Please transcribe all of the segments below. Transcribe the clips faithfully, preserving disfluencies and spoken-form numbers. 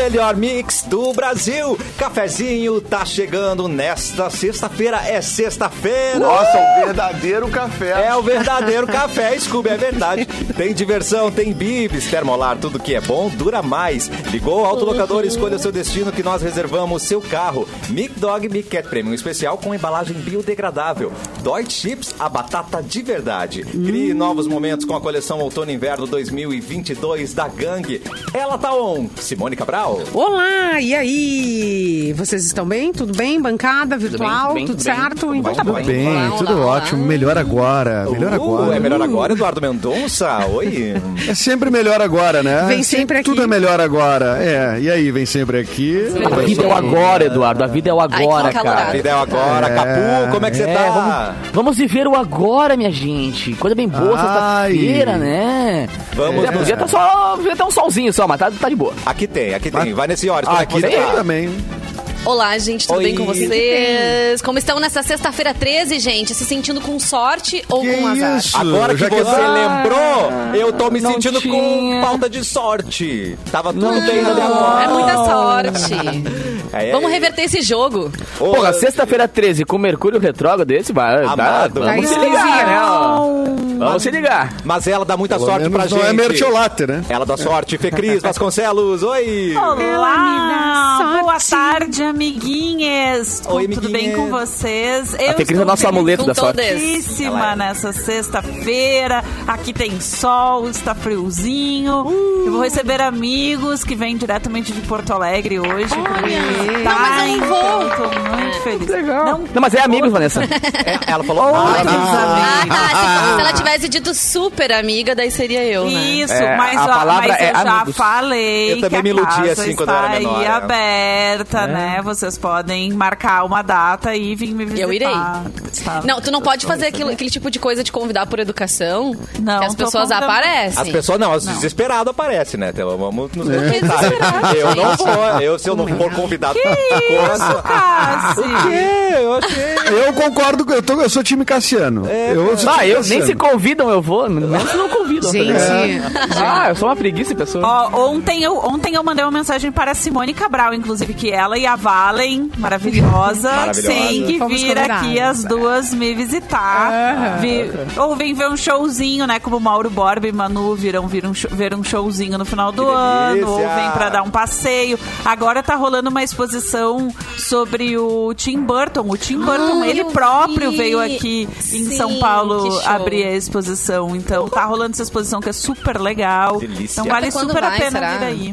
melhor mix do Brasil. Cafezinho tá chegando nesta sexta-feira. É sexta-feira. Nossa, o verdadeiro café. É o verdadeiro café, Scooby, é verdade. Tem diversão, tem bibis, termolar, tudo que é bom dura mais. Ligou o autolocador e escolha o seu destino que nós reservamos seu carro. Mic Dog Mic Cat Premium especial com embalagem biodegradável. Dói Chips, a batata de verdade. Crie novos momentos com a coleção Outono e Inverno dois mil e vinte e dois da Gangue. Ela tá on. Simone Cabral. Olá, e aí? Vocês estão bem? Tudo bem? Bancada, virtual, tudo, bem, tudo, tudo certo? Tudo então tá bom. Tudo bem, olá, tudo olá, ótimo. olá. Melhor agora. Melhor uh, agora. É melhor agora, Eduardo Mendonça? Oi. É sempre melhor agora, né? Vem sempre aqui. Tudo é melhor agora. É, e aí, vem sempre aqui. A vida é o agora, Eduardo. A vida é o agora, Ai, cara. A vida é o agora. É. Capu, como é que você É, tá? vamos, vamos viver o agora, minha gente. Coisa bem boa, Ai. sexta-feira, né? Vamos é, nos- podia tá só, podia ter um solzinho só, mas tá, tá de boa. Aqui tem, aqui tem. Vai nesse horas. Ah, aqui tem também. Olá, gente, tudo Oi. bem com vocês? Como estão nessa sexta-feira treze, gente? Se sentindo com sorte ou Que com azar? isso? Agora que Já você que- lembrou, eu tô me não sentindo com tinha. falta de sorte. Tava tudo Não bem tinha. até agora. É muita sorte. É, Vamos é. reverter esse jogo. Ô, Porra, sexta-feira treze com Mercúrio retrógrado desse, vai, dá, Amado. vamos Tá se ligar, né? ó. Vamos se ligar. Mas ela dá muita Pelo sorte pra menos não gente. é mertiolate, né? Ela dá sorte. Fê Cris Vasconcelos, oi. Olá, boa sorte. tarde, amiguinhas. Oi, Tudo bem amiguinhas. com vocês? Eu A Fê Cris é estou nosso amuleto da sorte. Ela felicíssima é. nessa sexta-feira. Aqui tem sol, está friozinho. Uh. Eu vou receber amigos que vêm diretamente de Porto Alegre hoje. Olha. Tá, Não, mas eu não vou. então, tô muito feliz. Legal. Não, Não, mas é amigos, Vanessa. É, ela falou. Oi, ah, meus Ah, amigos. tá. Se, se ela tivesse dito super amiga, daí seria eu, né? Isso, É, mas, a ó, palavra mas eu é já amigos. falei Eu também que me a iludi casa assim quando eu está era menor, aí é. aberta, né? Vocês podem marcar uma data e vir me visitar. Eu irei. Tá? Não, tu não pode fazer aquilo, aquele tipo de coisa de convidar por educação. Não, que as tô pessoas convidando. aparecem. As pessoas não, as desesperadas aparecem, né? Então vamos nos Que respeitar. desesperado, Eu não gente. vou, eu se eu não for convidado. Que isso, Cassi? O quê? Eu achei. Eu concordo, com- eu, tô, eu sou time Cassiano. eu sou Ah, time eu Cassiano. nem se convidam, eu vou. Menos se não convidam. Gente, Ah, eu sou uma preguiça, pessoa. Ó, ontem, eu, ontem eu mandei uma mensagem para a Simone Cabral, inclusive, que ela e a Valen, maravilhosa, Maravilhosa. tem que Fomos vir aqui convidadas. as duas me visitar. Vi- ou vem ver um showzinho, né? Como Mauro Borba e Manu viram vir um, show- ver um showzinho no final do Que ano, delícia! ou vem para dar um passeio. Agora tá rolando uma exposição sobre o Tim Burton. O Tim Burton, Ah, ele eu próprio vi. veio aqui em Sim, São Paulo que show. abrir a exposição. Então tá rolando essa exposição que é super legal. Delícia. Então vale Até quando super a vai, pena será? vir aí.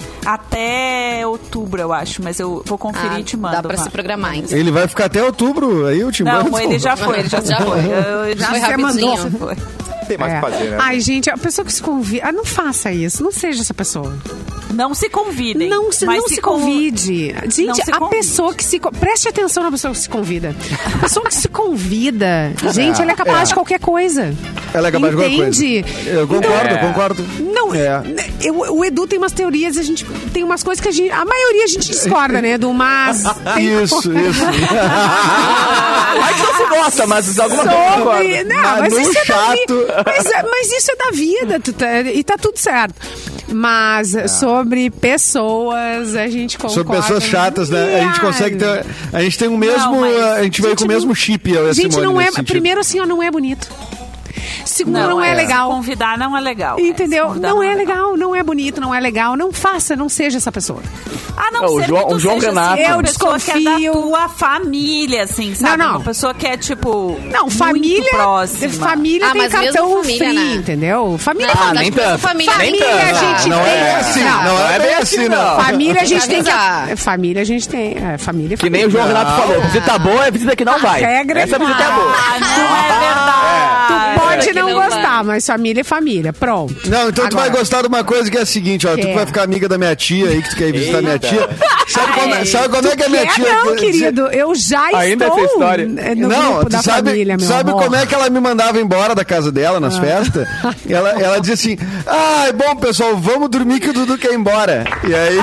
Até outubro, eu acho, mas eu vou conferir Ah, e te mando. dá pra Vá. se programar, então. Ele vai ficar até outubro, aí o Tim Não, Burton. ele já foi, ele já, Já foi. foi. Eu- Já já foi você rapidinho. mandou. foi. Tem mais o É. que fazer, né? Ai, gente, a pessoa que se convida. Ah, não faça isso. Não seja essa pessoa. Não se convidem. Não se, mas não se, con- convide. Gente, Não se a convide. pessoa que se. co- Preste atenção na pessoa que se convida. A pessoa que se convida, gente, ela é capaz é. de qualquer coisa. Ela é capaz de qualquer coisa. Entende? Eu concordo, É. eu concordo. Não, É. eu, o Edu tem umas teorias, a gente tem umas coisas que a gente. A maioria a gente discorda, né, Edu? Mas. tem- Isso, isso. Mas não se gosta, mas alguma coisa eu Sobre... concordo. Não, mas, Manu isso é da chato. vida. Mas, é- mas isso é da vida. Tu tá- e tá tudo certo. Mas sobre pessoas, a gente concorda. Sobre pessoas chatas, né? A gente consegue ter. A gente tem o mesmo. Não, mas- a gente veio com o Gente, mesmo chip, eu e a Gente, Simone, não é. nesse sentido. Primeiro, assim, ó, não é bonito. Segundo, não, é, Se legal. convidar não é legal. Entendeu? Se convidar Não é legal, não é bonito, não é legal. Não faça, não seja essa pessoa. Ah, não, Não, o ser João- que tu o João seja, Renato. assim, uma Eu pessoa que é desconfio. da tua família, assim, sabe? Não, não. Uma pessoa que é, tipo, Não, muito família. próxima. Família Ah, tem mas mesmo cartão família, free, né? entendeu? Família Não, Ah, mas nem mesmo tanto. família. Nem Família a tanto. gente Não tem. é assim, Não, não é bem assim, não. Família a gente tem que. avisar. Família a gente tem. É, família é Que nem família. o João Renato falou. Visita boa é visita que não vai. regra Essa é visita é boa. Ah, não é verdade. Tu pode que não, não gostar, vai. mas família é família. Pronto. Não, então tu Agora. vai gostar de uma coisa que é a seguinte, ó. Tu Que que é? vai ficar amiga da minha tia aí, que tu quer ir visitar minha Eita. tia. Sabe como, é- sabe como é que a minha Quer tia... não, querido. Eu já Ainda estou essa história. no não, grupo tu da sabe, família, meu sabe amor. como é que ela me mandava embora da casa dela nas festas? Ela, ela dizia assim, ai, bom, pessoal, vamos dormir que o Dudu quer ir embora. E aí...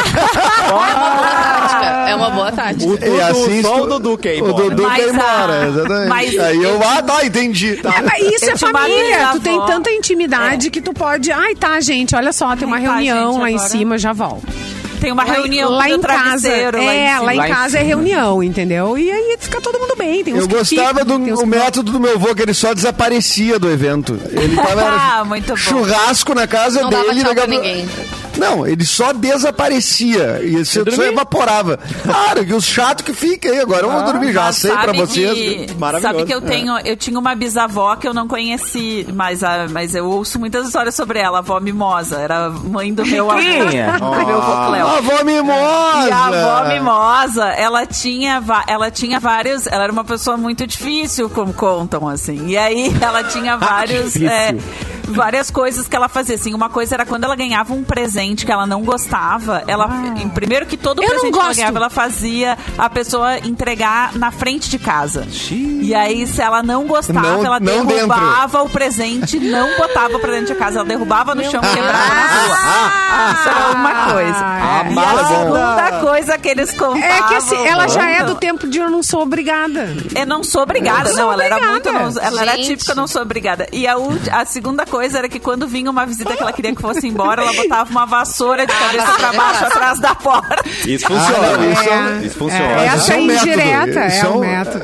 Tática. É uma boa tática. O e Dudu, assim, só o tu- Dudu quer ir O embora. Dudu Mas quer ir embora, a- exatamente. mas- aí eu, ah, tá, entendi. Tá. É, mas isso Eu é tinha uma família. Tu bisavó. tem tanta intimidade que tu pode. Ai, tá, gente, olha só, tem uma Ai, tá, reunião gente, lá em agora- cima, já volto. Tem uma reunião lá do em casa. travesseiro. É, lá em Lá em casa é reunião, entendeu? E aí fica todo mundo bem. Tem uns Eu que gostava ficam, do tem uns o que- método do meu avô, que ele só desaparecia do evento. Ele tava Ah, muito bom. churrasco na casa Não dele. dava tchau pra daqui a- ninguém. Não, ele só desaparecia. E isso só evaporava. Claro, que os chatos que fica aí. Agora eu vou dormir já. Mas Sei pra sabe vocês. que- Maravilhoso. Sabe que eu tenho, eu tinha uma bisavó que eu não conheci, mas, a, mas eu ouço muitas histórias sobre ela, a avó Mimosa. Era mãe do meu avô. Quem? Do meu avô Cléo. A avó mimosa. E a avó Mimosa, ela tinha, va- ela tinha vários. Ela era uma pessoa muito difícil, como contam, assim. E aí ela tinha vários. difícil. é, várias coisas que ela fazia. Assim, uma coisa era quando ela ganhava um presente que ela não gostava, ela. Primeiro que todo Eu não presente que ela gosto. ganhava, ela fazia a pessoa entregar na frente de casa. E aí, se ela não gostava, Não- ela não derrubava o presente, não botava pra dentro de casa. Ela derrubava no chão e quebrava na rua. Isso era uma coisa. Ah, E a segunda coisa que eles contavam... É que assim, ela já é Não, do tempo de eu não sou obrigada. Eu não sou obrigada. Eu Não, sou ela era muito... obrigada. Não, ela era Gente. típica não sou obrigada. E a, ult- a segunda coisa era que quando vinha uma visita que ela queria que fosse embora, ela botava uma vassoura de cabeça pra baixo atrás da porta. Isso funciona. Ah, não, isso É, Isso funciona. é, essa Isso é é um método. indireta, Isso é é um um- método.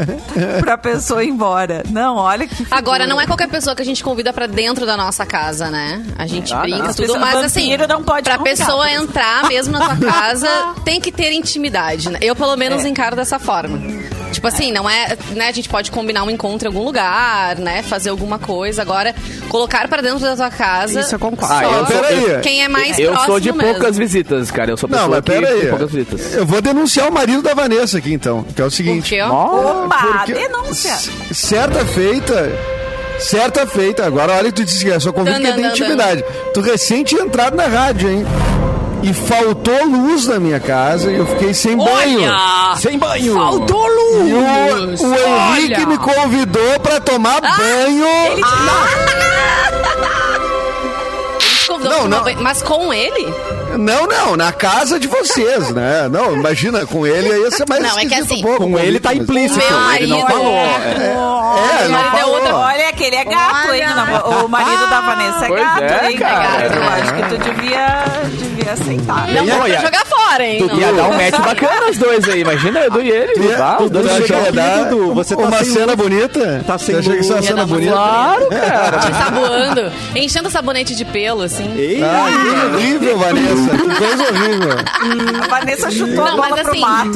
pra pessoa ir embora. Não, olha que figura. Agora, não é qualquer pessoa que a gente convida pra dentro da nossa casa, né? A gente Ah, brinca, não. tudo, Pessoa- mas assim, vampiro não pode pra convidar. pessoa entrar mesmo na tua casa, tem que ter intimidade, né? Eu, pelo menos, encaro dessa forma. Tipo assim, não é, né, a gente pode combinar um encontro em algum lugar, né, fazer alguma coisa. Agora, colocar pra dentro da tua casa... Isso eu concordo. Ah, só eu sou- Peraí. quem é mais Eu próximo sou de mesmo. poucas visitas, cara. Eu sou pessoa Não, mas que pera tem aí. poucas visitas. Eu vou denunciar o marido da Vanessa aqui, então. Que é o Por seguinte. quê? Ó, Opa, Porque denúncia. c- Certa feita, certa feita, agora olha que tu disse que é só convite Dan, que dan, tem dan, intimidade. Tu recém tinha entrado na rádio, hein? E faltou luz na minha casa e eu fiquei sem banho. Sem banho. Faltou E luz! o, o Henrique Olha. me convidou pra tomar banho. Ele te convidou Não, pra tomar não. banho, mas com ele? Não, não, na casa de vocês, né? Não, imagina, com ele ia ser mais Não, é que esquisito assim, um pouco. Com ele tá mas- implícito. Meu Ele não marido falou. é- É, O não marido é falou. outra. Olha que ele é gato, hein? O marido da Vanessa é Pois gato, é, hein? cara. Eu acho que tu devia, devia aceitar. Não Ia- dá pra ia- jogar fora, hein? Tu Não. ia dar um match bacana os dois aí. Imagina, Edu e ele. Tu ia- Ah, os tu dois acha que chegam ia aqui. dar Dudu, você tá uma sem cena luz. bonita? Tá sem Você acha que isso é uma luz. cena Ia dar uma bonita? Claro, cara. Te saboando, enchendo o sabonete de pelo, assim. Ei, Ah, que horrível, Vanessa. Que coisa horrível. A Vanessa chutou a Não, bola mas pro assim, mato.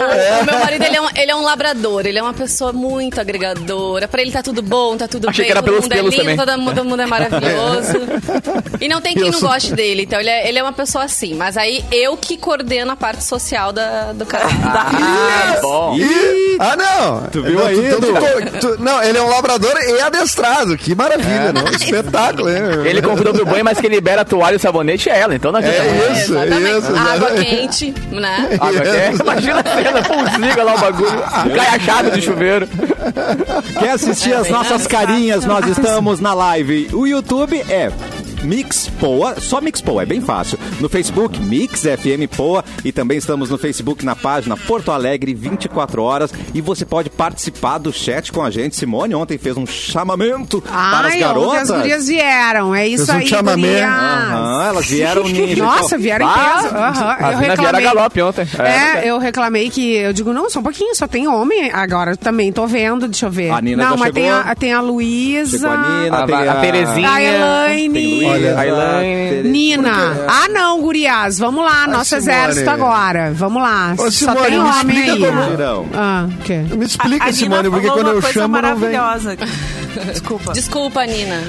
o meu marido, ele é, um, ele é um labrador, ele é uma pessoa muito agregadora. Pra ele tá tudo bom, tá tudo Achei bem, que era todo pelos mundo é pelos lindo, também. todo mundo, todo mundo é maravilhoso. E não tem quem Eu não sou- goste dele, então ele é, ele é uma pessoa assim. Mas aí eu que coordeno a parte social da, do casal. Ah, bom. Ih, ah, não. Tu viu Não, aí, tu- Edu? tu- tu- Não, ele é um labrador e adestrado. Que maravilha, não? Espetáculo, hein? Ele convidou pro banho, mas quem libera a toalha e o sabonete é ela. Então não adianta. É isso, é Exatamente. isso. Água exatamente. quente, né? Água quente. Imagina a cena, pum, desliga lá o bagulho. Cai a chave do chuveiro. Quer assistir as bem nossas nada. carinhas? Nós estamos na live. O YouTube é Mix Poa, só Mix Poa, é bem fácil. No Facebook, Mix F M Poa, e também estamos no Facebook na página Porto Alegre vinte e quatro horas, e você pode participar do chat com a gente. Simone ontem fez um chamamento para as Ai, garotas. ontem as gurias vieram. É isso Fez um aí, chamamento. gurias. Aham, elas vieram ninja. Nossa, Então, vieram em ah, peso. Aham, As eu meninas vieram a reclamei. galope ontem. É, eu reclamei que... Eu digo, não, só um pouquinho, só tem homem. Agora também tô vendo, deixa eu ver. A Nina não, já mas tem chegou. a, tem a Luísa... Chegou a Nina, A, tem a, a Terezinha. A Elaine. Tem Luísa, Olha, a Elaine. Tere- Nina. Ah, não, gurias. Vamos lá, nosso Simone. exército agora. Vamos lá. Ô, Só Simone, tem me homem explica aí. como- Tirão. Ah, o quê? Me explica, a Simone, Nina porque falou quando uma eu coisa chamo não vem. maravilhosa. Desculpa. Desculpa, Nina.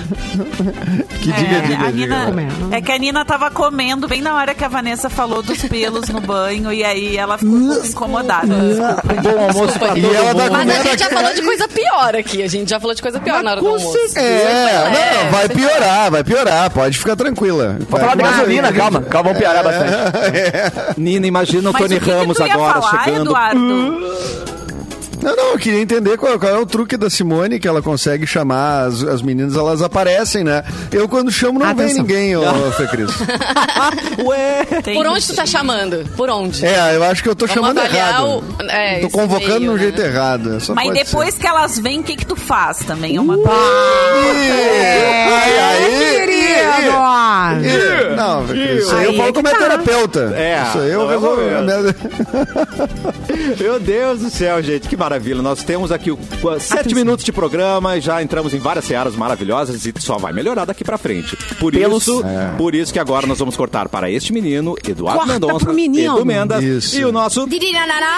Que diga, É, diga, a Nina, diga. é que a Nina tava comendo bem na hora que a Vanessa falou dos pelos no banho e aí ela ficou um pouco incomodada. Desculpa. Bom almoço pra E todo ela tá mundo. Mas a comendo gente já aqui. falou de coisa pior aqui. A gente já falou de coisa pior na hora do almoço. É, não, vai você piorar, vai piorar. Pode ficar tranquila. Vamos falar de gasolina, calma. Calma, vamos piorar bastante. Nina, imagina o Mas Tony o que que Ramos tu ia agora falar, chegando. Eduardo? Não, não, eu queria entender qual, qual é o truque da Simone, que ela consegue chamar as, as meninas, elas aparecem, né? Eu, quando chamo, não Atenção. vem ninguém, ô Fê Cris. Ué! Tem Por onde isso. tu tá chamando? Por onde? É, eu acho que eu tô Vamos chamando avaliar errado. o- é, tô esse convocando meio, no né? jeito errado. Só Mas pode depois ser. que elas vêm, o que que tu faz também? É uma Ih, ai, ai, querido! ih, ih. Não, Fê Cris, isso aí eu Aí falo é com que a minha tá. terapeuta. É, Isso aí eu não é resolvo. problema. Meu Deus do céu, gente, que maravilha. Nós temos aqui o, o- sete minutos de programa e já entramos em várias searas maravilhosas e só vai melhorar daqui pra frente. Por Pelos- isso, por isso que agora nós vamos cortar para este menino, Eduardo Corta Mendonça, pro menino. Edu Mendas Isso. e o nosso... Didi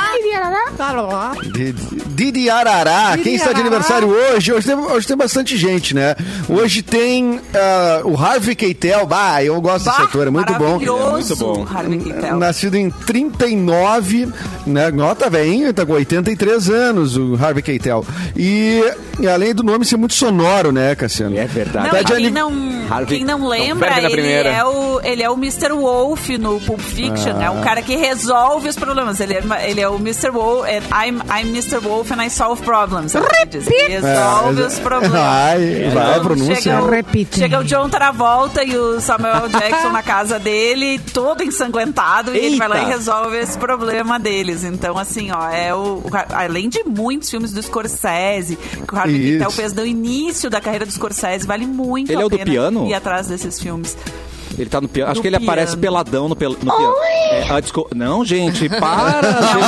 Didi Arará, quem está de aniversário hoje? Hoje tem, hoje tem bastante gente, né? Hoje tem ah, o Harvey Keitel. Bah, eu gosto desse ator, é muito bom. Maravilhoso, muito bom. Harvey Keitel. Nascido em trinta e nove, né? Nota velhinho, tá com oitenta e três anos, o Harvey Keitel. E, e além do nome ser muito sonoro, né, Cassiano? É verdade. Não, Tá e de quem, ani- não, Harvey- quem não Não lembra, perde na ele primeira. é, o, ele é o mister Wolf no Pulp Fiction. É o cara que resolve os problemas. Ele é, ele é o mister Wolf. é, I'm, I'm mister Wolf and I solve problems. Ele diz, ele resolve É, os problemas. Ai, vai a pronúncia. Chega o, Repite. chega o John Travolta e o Samuel Jackson na casa dele, todo ensanguentado, e ele vai lá e Eita. resolve esse problema deles. Então, assim, ó, é o, o- além de muitos filmes do Scorsese, que o Harvey Isso. Keitel fez no início da carreira do Scorsese, vale muito Ele a é o do pena piano? ir atrás desses filmes. Ele tá no piano. Acho No que ele piano. aparece peladão no, pel- no piano. É, ah, desculpa. Não, gente, para.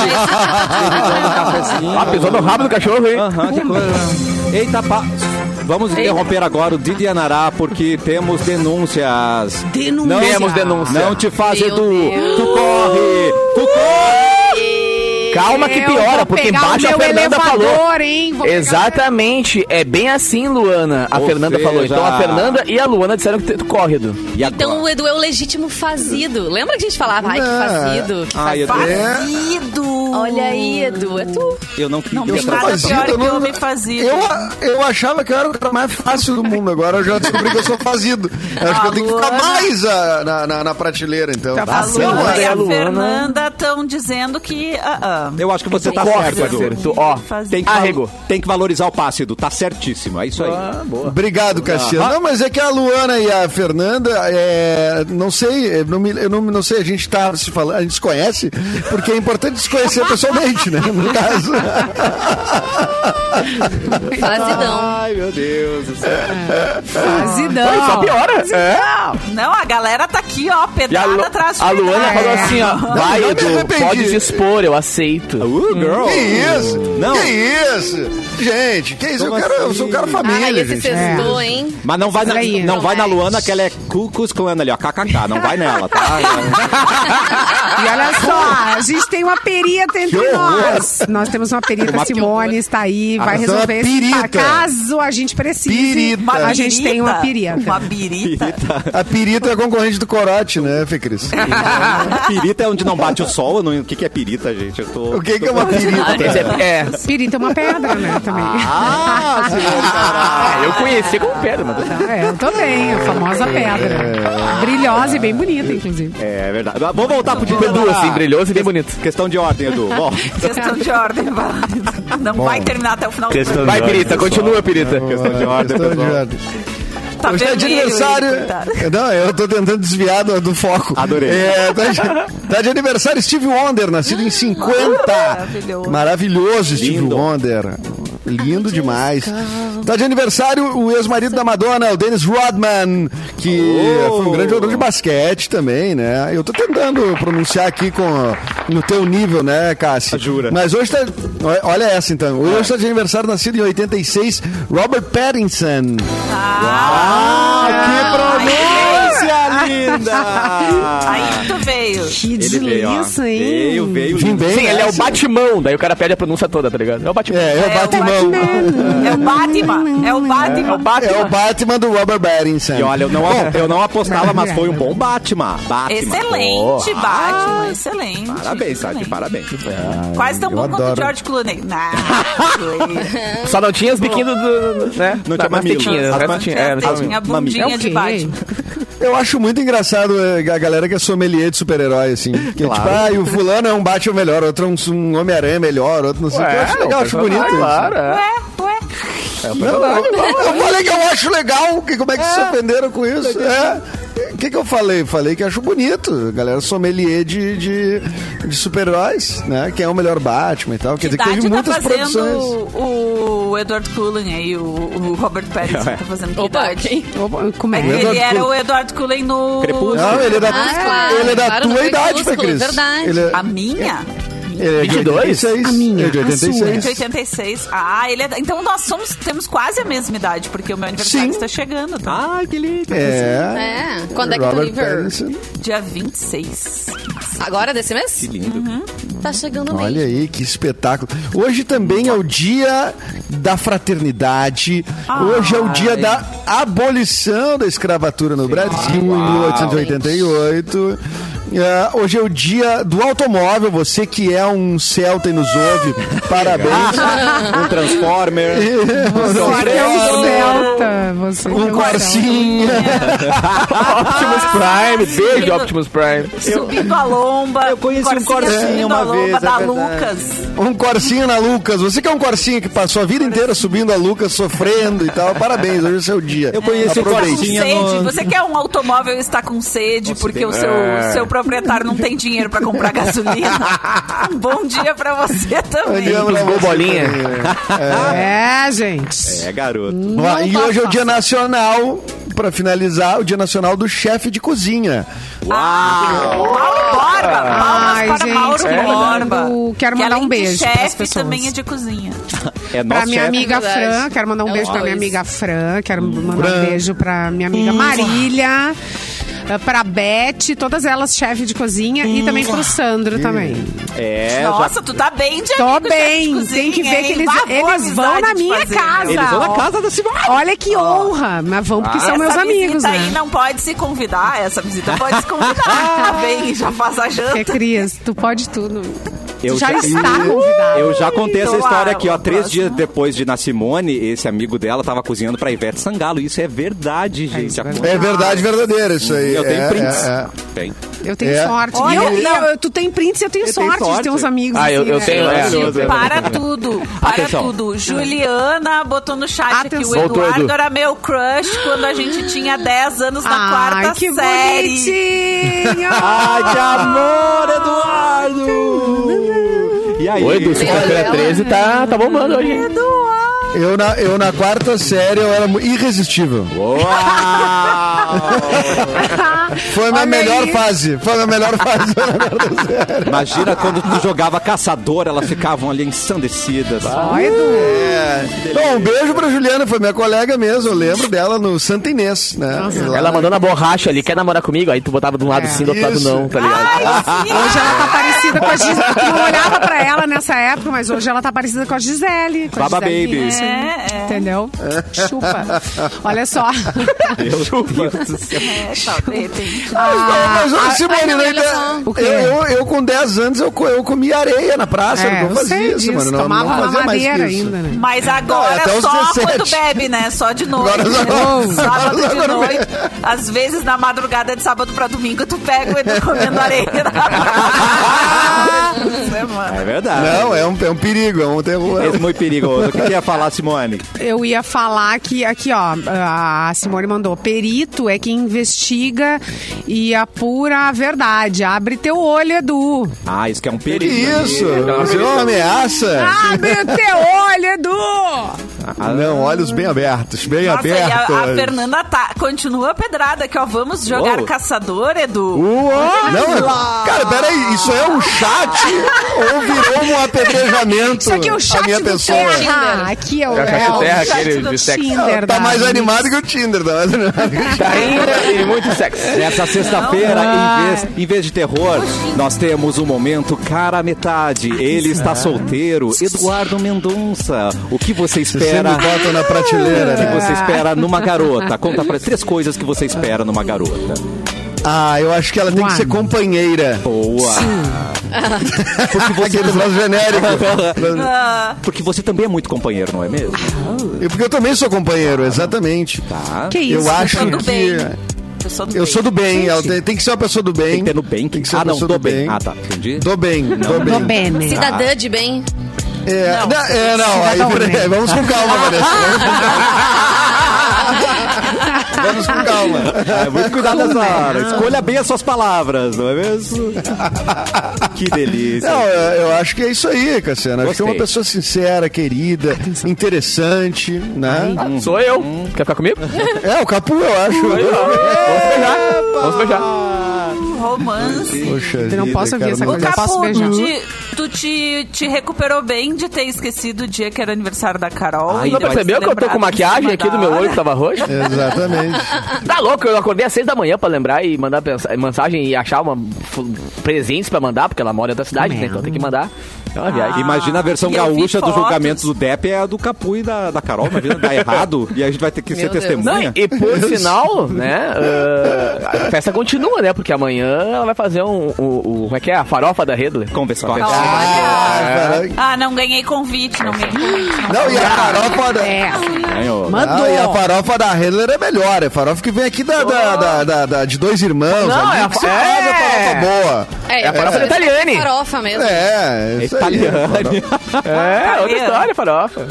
Ele- um cafezinho. Ah, pisou no rabo do cachorro, hein? Aham, que coisa. Eita, pa... Vamos interromper agora o Didi Anará, porque temos denúncias. Denúncia. Não, Temos denúncia. Não te faz, Meu Edu. Deus. Tu corre. Tu corre. Calma que Eu piora, vou porque pegar embaixo o a meu Fernanda elevador, falou. hein? Vou pegar Exatamente, é bem assim, Luana. A Ou Fernanda seja- falou. Então a Fernanda e a Luana disseram que tu corre, Edu. E Então agora? o Edu é o legítimo fazido. Lembra que a gente falava, ai, que Não. fazido? Que Ai, Edu. Fazido! Olha aí, Edu, é tu. Eu não Não eu tem tra- nada fazido, pior eu que não- homem fazido. Eu, eu achava que eu era o cara mais fácil do mundo. Agora eu já descobri que eu sou fazido. Eu acho que eu tenho que ficar Luana- mais ah, na, na, na prateleira, então. Tá A fazendo. Luana Luana e é a a Luana. Fernanda estão dizendo que... ah, ah. Eu acho que você tá corre, certo, parceiro. Edu. Tu, ó, Tem que, Arregou. val- tem que valorizar o passe, Edu. Tá certíssimo. É isso aí. Ah, boa. Obrigado, Cassiano. Não, mas é que a Luana e a Fernanda, é, não sei, eu não, me, eu não, não sei, a gente tá se falando, a gente se conhece, porque é importante se conhecer pessoalmente, né? No caso. Fazidão. Ai, meu Deus do céu. Fazidão. Só piora. É. Não, a galera tá aqui, ó, E a, pedrada Lu- atrás de a Luana pedrada. falou assim, ó. Vai, não me Edu, arrependi. pode se expor, eu aceito. Uh, girl. Que isso? Não. Que isso? Gente, que isso? Eu, Como quero, eu assim? sou um cara família, Ai, esse gente. sextou, hein? Mas não vai, na, Aí. não vai na Não Luana, mexe. que ela é Cucus Clan ali, ó. K K K. Não vai nela, tá? E olha só, a gente tem uma perita entre Que horror. nós. Nós temos uma perita, Uma- Simone está aí, vai Ah, resolver uma esse perita. caso a gente precise. Pirita. A gente tem uma perita. Uma birita. A pirita é concorrente do corote, né, Fê Cris? Pirita é onde não bate o sol. Eu não- O que, que é pirita, gente? Eu tô... O que, que é uma pirita? Esse é, é. Pirita é uma pedra, né, também. Ah, senhor, caralho. Ah, eu conheci como pedra, mas... É, eu também, a famosa pedra. Brilhosa e bem bonita, inclusive. É verdade. Vamos voltar pro Didi Edu, Anará. assim, brilhoso e bem bonito. Questão de ordem, Edu. Bom, Questão de ordem, vai. Não vai terminar até o final do programa. Vai, Pirita, continua, Pirita. questão de ordem, Questão de pessoal. ordem. Tá Hoje tá de vermelho, aniversário. ele, coitado. Não, eu tô tentando desviar do, do foco. Adorei. É, tá, de, tá de aniversário Steve Wonder, nascido em cinquenta. Maravilhoso. Maravilhoso, Steve Lindo. Wonder. Lindo demais. Tá de aniversário o ex-marido da Madonna, o Dennis Rodman, que Oh. foi um grande jogador de basquete também, né? Eu tô tentando pronunciar aqui com no teu nível, né, Cássio? Jura. Mas hoje tá... Olha essa, então. Hoje tá de aniversário, nascido em oitenta e seis, Robert Pattinson. Ah, que pronúncia linda! Aí tu veio. Que Ele veio, ó. delícia, hein? Veio, veio. Vim bem, Sim, ele é o nessa. Batimão, daí o cara pede a pronúncia toda, tá ligado? É o Batimão. É, é o É o Batman. É o Batman. É o Batman. É o Batman do Robert Pattinson. E olha, eu não, eu não apostava, mas foi um bom Batman. Batman. Excelente, Pô. Batman. Excelente. Parabéns, Sade, excelente. parabéns. Quase tão Eu bom quanto o adoro. George Clooney. Nah, Só não tinha os biquinhos do... do- né? Não tinha Mas mamilo. tetinha, As o resto ma- tinha. É, não tinha tinha a mamilo. bundinha É o de quê? Batman. Eu acho muito engraçado eh, a galera que é sommelier de super-herói. super-herói, assim. Que Claro. tipo, ah, e o fulano é um Batman melhor, outro é um, um Homem-Aranha melhor, outro não sei o que. Eu acho legal, acho bonito. isso. Claro, é. Ué, ué. Não, eu falei que eu acho legal. Que, como é que vocês se ofenderam com isso? É. O que, que eu falei? Falei que acho bonito. Galera sommelier de, de, de super-heróis, né? Quem é o melhor Batman e tal. Quer dizer, que teve idade muitas tá fazendo produções. o, o Edward Cullen aí, o, o Robert Pattinson tá fazendo que Opa, idade? quem? Opa, como é? É que O Edward ele era Cullen. o Edward Cullen no... Crepúsculo. Não, ele é da, Ah, claro, ele é da claro, no tua idade, Fê Crepúsculo, Cris. verdade. Ele é, A minha? ele é de vinte e dois? oitenta e seis. A minha, É de a oitenta e sua. seis. De oitenta e seis. Ah, ele é... Então nós somos, temos quase a mesma idade, porque o meu aniversário Sim. está chegando. Tá? Ai, que lindo. É. É. Quando é que tu Robert liver? Pattinson. Dia vinte e seis. Agora desse mês? Que lindo. Tá chegando o mês. Olha aí, que espetáculo. Hoje também é o dia da fraternidade. Hoje é o dia da abolição da escravatura no Brasil, em mil oitocentos e oitenta e oito. É, hoje é o dia do automóvel. Você que é um Celta e nos ouve, parabéns. Um Transformer. Você é um Celta. Você Um é um Corsinha. Optimus Prime, beijo Optimus Prime. Subindo a lomba. Eu conheci um Corsinha subindo uma a lomba vez, é da verdade. Lucas. Um Corsinha na Lucas. Você que é um Corsinha que passou a vida inteira subindo a Lucas, sofrendo e tal. Parabéns, hoje é o seu dia. Eu conheci um Aproveite. Com Corsinha sede. no... Você quer um automóvel e está com sede porque o seu, É. seu proprietário não tem dinheiro para comprar gasolina? Um bom dia para você também. Andiamo na Piscou você bolinha. também. É, gente. É, garoto. Ó, e tá hoje é o fácil. Dia Nacional, pra finalizar, o Dia Nacional do Chefe de Cozinha. Mauro Borba. Palmas Ai, para gente, Mauro quero Borba. mandar- quero Que mandar além um beijo de pras chefe, pessoas. também é de cozinha. É Pra nosso minha chefe. amiga verdade. Fran, quero mandar um É beijo pra os minha dois. amiga Fran, quero mandar Fran. um beijo pra minha amiga Marília, eh, pra Beth, todas elas chefe de cozinha e também pro Sandro também. É, Nossa, tu tá bem de Tô amigo, chefe de bem, cozinha, tem que ver hein? que eles, Bah, boa eles vão amizade na de minha fazer. casa. eles vão na ó. casa da Simone. Olha que honra, mas vão porque são meus Essa amigos, visita né? aí não pode se convidar, essa visita pode se convidar. Vem, já faz a janta. Que Cris, tu pode tudo. Eu Tu já, já- está convidado. Eu já contei essa Então, história ah, aqui, ó. o Três próximo. dias depois de na Simone, esse amigo dela tava cozinhando pra Ivete Sangalo. Isso é verdade, gente. isso é Aconteceu. É verdade verdadeira isso aí. Eu tenho é, prints. é, é. Tem. Eu tenho É. sorte. Olha, e eu, e não. eu- tu tem prints e eu tenho Eu tenho sorte, de ter sorte. uns amigos. Ah, eu- assim, eu né? tenho, é. Maravilhoso. Para tudo, para Atenção. tudo. Juliana botou no chat aqui, Atenção. o Eduardo Voltou, Edu. era meu crush quando a gente tinha dez anos na Ai, quarta que série. bonitinho! Ai, que amor, Eduardo! E aí? Oi, Edu, sexta-feira treze tá, tá bombando hoje. hein? Eu na, eu na quarta série eu era mu- irresistível. Uau! Foi a minha Olha melhor aí. fase. Foi a minha melhor fase. Imagina quando tu jogava caçador, elas ficavam ali ensandecidas. Ó, Edu. É. Bom, um beijo pra Juliana, foi minha colega mesmo. Eu lembro dela no Santa Inês, né? Lá- Ela mandou na borracha ali, quer namorar comigo? Aí tu botava de um lado É. sim, do outro lado Isso. não, tá ligado? Hoje ela tá parecida com a Gisele. Tu não olhava pra ela nessa época, mas hoje ela tá parecida com a Gisele. Com a Baba Gisele Baby. Bündchen, É, é. Entendeu? Chupa. Olha só. Meu Deus do céu. É, só, de repente. Mas, ô, Simone, ai, não, né, olha só. O quê? eu, eu, eu com dez anos eu, co- eu comia areia na praça, É, era o que eu eu fazia, sei disso. Simone. Não, Tomava não na fazia mais que madeira isso. ainda, né? Mas agora Não, até os só dezessete. quando bebe, né? Só de noite. Agora só- né? Sábado de agora noite. bebe. Às vezes, na madrugada de sábado pra domingo, tu pega o Edu comendo areia. É verdade. Não, é um, é um perigo, é um terror. É muito perigoso. O que tu ia falar, Simone? Eu ia falar que, aqui ó, a Simone mandou, perito é quem investiga e apura a verdade. Abre teu olho, Edu. Ah, isso que é um Que perigo. isso? Você é uma ameaça? Abre teu olho, Edu! Não, olhos bem abertos, bem Nossa, e abertos. a, a Fernanda tá, continua pedrada aqui, ó. Vamos jogar Uou. caçador, Edu? Uou, não, cara, peraí, isso é um chat ou virou um apedrejamento Isso aqui é o a chat minha do pessoa? Terra. Aqui é o, É o chat é o Terra, chat aquele do de sexo. Tinder. Tá da mais Miss. animado que o Tinder, tá mais animado que o Tinder. Ainda e muito sexo. Nessa sexta-feira, Não. em vez, em vez de terror, nós temos o momento cara a metade. Ele está solteiro. Eduardo Mendonça. O que você Você espera? me bota na prateleira, O que né? você espera numa garota? Conta pra três coisas que você espera numa garota. Ah, eu acho que ela tem que Uai. ser companheira. Boa. Porque você Aquele troço genérico. Porque você também é muito companheiro, não é mesmo? E porque eu também sou companheiro, exatamente. Tá. Que isso? Eu acho Tudo que... bem. pessoa do Eu bem. sou do bem, ela tem, tem que ser uma pessoa do bem. Tem que ter no bem. Tem que ser Ah, uma não, pessoa do do bem. bem. Ah, tá. Entendi. Do bem, do bem. Do bem. Cidadã de bem. É, Não. não, é, não, aí, Cidadão peraí, bem. vamos com calma, Vanessa. Vamos com calma. É, muito cuidado nessa hora. Escolha bem as suas palavras, não é mesmo? Que delícia. Não, eu, eu acho que é isso aí, Cassiano. Acho que é uma Gostei. pessoa sincera, querida, interessante, né? Sou eu. Quer ficar comigo? É, o Capu, eu acho. Aí, ó. Vamos beijar. Vamos beijar. Romance. Poxa Eu não vida, posso ouvir cara, essa não- O coisa. Posso Capu, beijar? tu, te, tu te, te recuperou bem de ter esquecido o dia que era aniversário da Carol. Não E depois percebeu que eu tô lembrado com maquiagem em cima aqui da do meu olho hora? que tava roxo? Exatamente. Tá louco, eu acordei às seis da manhã pra lembrar e mandar pensa- mensagem e achar uma, f- presentes pra mandar, porque ela mora em outra cidade, né? Então tem que mandar. É uma viagem. Imagina a versão E eu vi gaúcha do fotos. julgamento do Depp é a do Capu e da, da Carol. Imagina, dá errado e a gente vai ter que Meu ser Deus. Não, testemunha. e por sinal, né, uh, a festa continua, né, porque amanhã ela vai fazer um, um, um como é que é, a farofa da Redler. Com Vescote. Ah, Olha! Ah, não ganhei convite, não ganhei convite. Não. não, e a farofa da... É. Ganhou. Mandou. Ah, e a farofa da Redler é melhor. É farofa que vem aqui da, da, da, da- da- de dois irmãos. Não, ali, é a que fa- se faz a é. farofa boa. É, a farofa da Italiane. Farofa mesmo. É, isso aí. Italiane. É, outra história, farofa.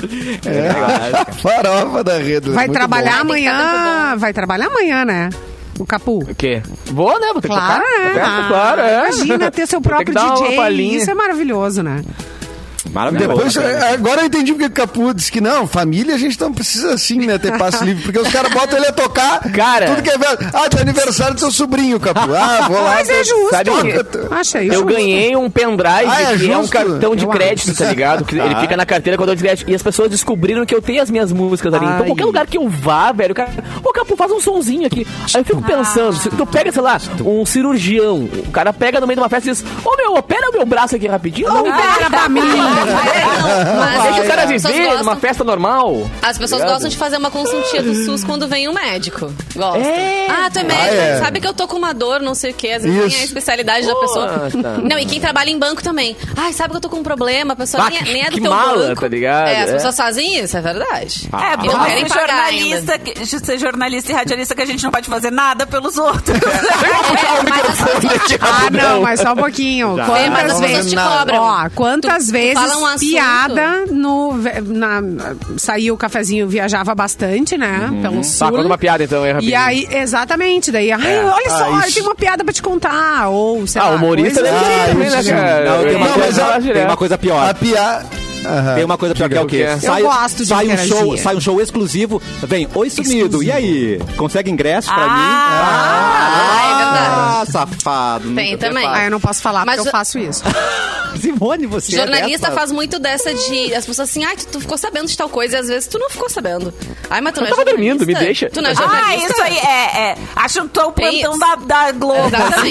A farofa da Redler. Vai muito trabalhar bom. Tem que tá amanhã. Vai trabalhar amanhã, né? O Capu. O quê? Vou, né? Vou ter Claro, que tocar. né? Festa, Ah, claro, é. Imagina ter seu Vou ter que próprio dar uma D J. palhinha. Isso é maravilhoso, né? Maravilhoso. Depois, agora eu entendi porque o Capu disse que não, família a gente não precisa assim, né, ter passe livre, porque os caras botam ele a tocar Cara. tudo que é velho. Ah, tem aniversário do seu sobrinho, Capu. Ah, vou lá. Mas é tô- justo. Sabe Toca. Achei Eu justo. ganhei um pendrive Ah, é que é um justo? cartão de Eu crédito, acho. tá ligado? Que ele fica na carteira quando eu descrédito. E as pessoas descobriram que eu tenho as minhas músicas ali. Então Ai. qualquer lugar que eu vá, velho, o cara, ô Capu, faz um sonzinho aqui. Aí eu fico pensando, se tu pega, sei lá, um cirurgião, o cara pega no meio de uma festa e diz, ô meu, opera o meu braço aqui rapidinho. Não, Era pra mim. É, não, mas deixa o cara as pessoas viver gostam- numa festa normal. As pessoas Ligado? gostam de fazer uma consultinha do SUS quando vem um médico. Gostam. É. Ah, tu é médico, Ah, é. sabe que eu tô com uma dor, não sei o quê. Às vezes Isso. nem é a especialidade da Pô, pessoa. tá. Não, e quem trabalha em banco também. Ai, sabe que eu tô com um problema, a pessoa Ah, nem, é- que- nem é do que teu mala, banco. tá ligado? É, as É. pessoas fazem isso, é verdade. É, E bom não querem ser pagar jornalista, que- de ser jornalista e radialista que a gente não pode fazer nada pelos outros. É, mas as pessoas- Ah, não, mas só um pouquinho. Já. É, mas as Quantas pessoas vezes... te cobram. Ó, quantas Tu- tu vezes fala um assunto- piada no... Na, saiu o cafezinho, viajava bastante, né? Pelo sul. Tá, conta uma piada então, é rapidinho. E aí, exatamente, daí, ai, olha só, Ah, eu isso. tenho uma piada pra te contar. Ou, sei Ah, lá, humorista coisas deve assim. ser também, né, isso. cara? Não, tem uma, Não, coisa, mas a- tem uma coisa pior. A piada. Tem uma coisa pior que é o quê? Eu Sai, gosto de sai um interagir. show, sai um show exclusivo. Vem, oi sumido. E aí? Consegue ingresso pra mim? Ah, é verdade. Ah, safado. Tem Nunca também. Ah, eu não posso falar Mas porque eu jo- faço isso. Simone, você Jornalista é dessa? faz muito dessa de... As pessoas assim, ai, tu, tu ficou sabendo de tal coisa e às vezes tu não ficou sabendo. Ai, mas tu não Eu é tava jornalista. dormindo, me deixa. Tu não é Ah, jornalista. isso aí, é, é. Acham que tu é o Tem plantão isso. da, da Globo.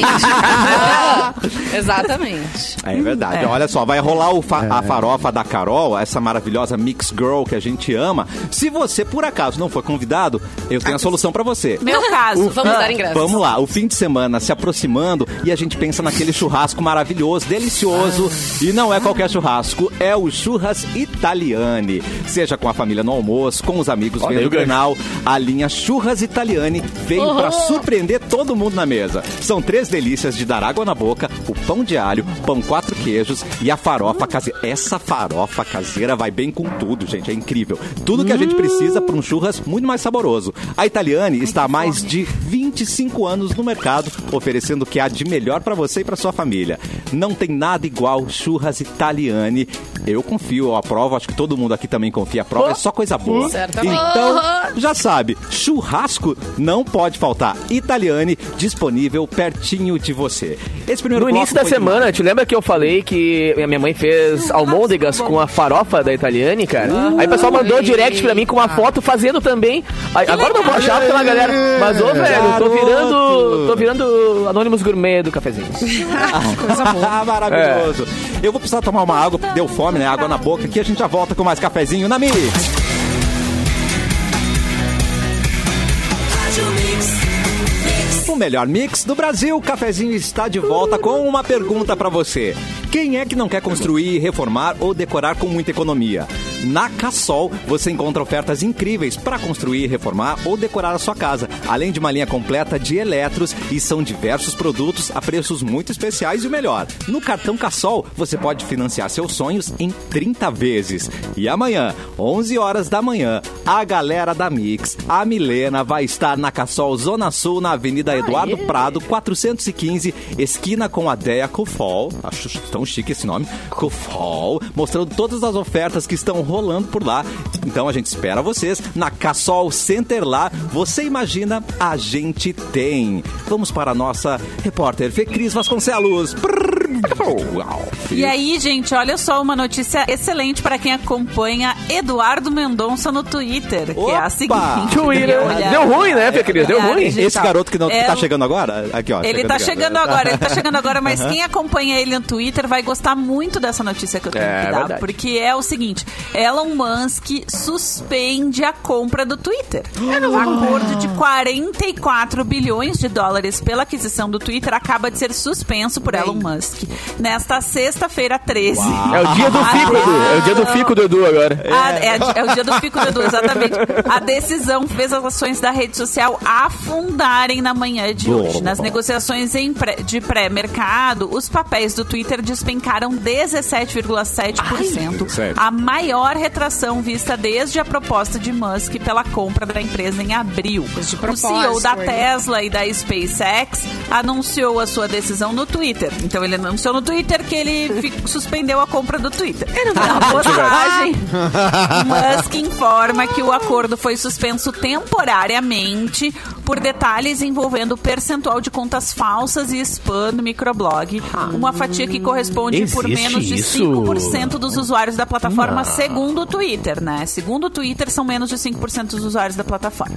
Exatamente. Exatamente. É verdade. É. Olha só, vai rolar o fa- a farofa da Carol, essa maravilhosa mix girl que a gente ama. Se você, por acaso, não for convidado, eu tenho a solução pra você. Meu caso. Vamos dar ingresso. Vamos lá, o fim de semana se aproximando e a gente pensa naquele churrasco maravilhoso, delicioso. E não é qualquer churrasco, é o Churras Italiani. Seja com a família no almoço, com os amigos Olha aí vendo o o gancho. Grenal, a linha Churras Italiani veio pra surpreender todo mundo na mesa. São três delícias de dar água na boca, o pão de alho, pão quatro queijos e a farofa caseira. Essa farofa caseira vai bem com tudo, gente, é incrível. Tudo que a gente precisa para um churras muito mais saboroso. A Italiani está há mais de vinte e cinco anos no mercado, oferecendo o que há de melhor para você e para sua família. Não tem nada igual Churras Italiani. Eu confio, eu aprovo, acho que todo mundo aqui também confia. A prova é só coisa boa. Certamente. Então, já sabe, churrasco não pode faltar. Italiani, disponível pertinho de você. Esse primeiro No bloco início da foi semana, demais. te lembra que eu falei que a minha mãe fez almôndegas com a farofa da Italiane, cara? Aí o pessoal mandou direct pra mim com uma foto fazendo também. Aí, agora eu não vou achar pela galera. Mas, ô, velho, tô virando, tô virando Anônimos Gourmet do cafezinho. Coisa boa. Ah, maravilhoso. Eu vou precisar tomar uma água, porque deu fome, né? Água na boca. Aqui a gente já volta com mais cafezinho na Mix. O melhor mix do Brasil, o Cafezinho está de volta com uma pergunta pra você. Quem é que não quer construir, reformar ou decorar com muita economia? Na Cassol, você encontra ofertas incríveis para construir, reformar ou decorar a sua casa, além de uma linha completa de eletros, e são diversos produtos a preços muito especiais e o melhor. No cartão Cassol, você pode financiar seus sonhos em trinta vezes. E amanhã, onze horas da manhã, a galera da Mix, a Milena, vai estar na Cassol Zona Sul, na Avenida Eduardo Prado, quatrocentos e quinze, esquina com a Deia Cufol. Acho tão chique esse nome. Cufol, mostrando todas as ofertas que estão rolando por lá. Então a gente espera vocês na Cassol Center lá. Você imagina, a gente tem. Vamos para a nossa repórter Fê Cris Vasconcelos. E aí, gente, olha só uma notícia excelente para quem acompanha Eduardo Mendonça no Twitter, que Opa! é a seguinte. Twitter. Olha, Deu ruim, né, Fê Cris? Deu olha, ruim. gente, Esse garoto que não é, tá chegando agora? Aqui, ó. Ele tá aqui, chegando ó. agora, ele tá chegando agora, mas quem acompanha ele no Twitter vai gostar muito dessa notícia que eu tenho É, que dar. verdade. Porque é o seguinte, Elon Musk suspende a compra do Twitter. Um acordo de quarenta e quatro bilhões de dólares pela aquisição do Twitter acaba de ser suspenso por Elon Musk. Nesta sexta-feira treze. É o dia do fico, Edu. É o dia do fico do Edu agora. A- é, é o dia do fico do Edu, exatamente. A decisão fez as ações da rede social afundarem na manhã de hoje. Nas negociações em pré- de pré-mercado, os papéis do Twitter despencaram dezessete vírgula sete por cento, sério? a maior retração vista desde a proposta de Musk pela compra da empresa em abril. O C E O da propósito, Tesla e da SpaceX anunciou a sua decisão no Twitter. Então ele anunciou no Twitter que ele fi- suspendeu a compra do Twitter. Na postagem, Musk informa que o acordo foi suspenso temporariamente por detalhes envolvendo o percentual de contas falsas e spam no microblog, uma fatia que corresponde por Existe menos de isso? cinco por cento dos usuários da plataforma, segundo o Twitter, né? Segundo o Twitter, são menos de cinco por cento dos usuários da plataforma.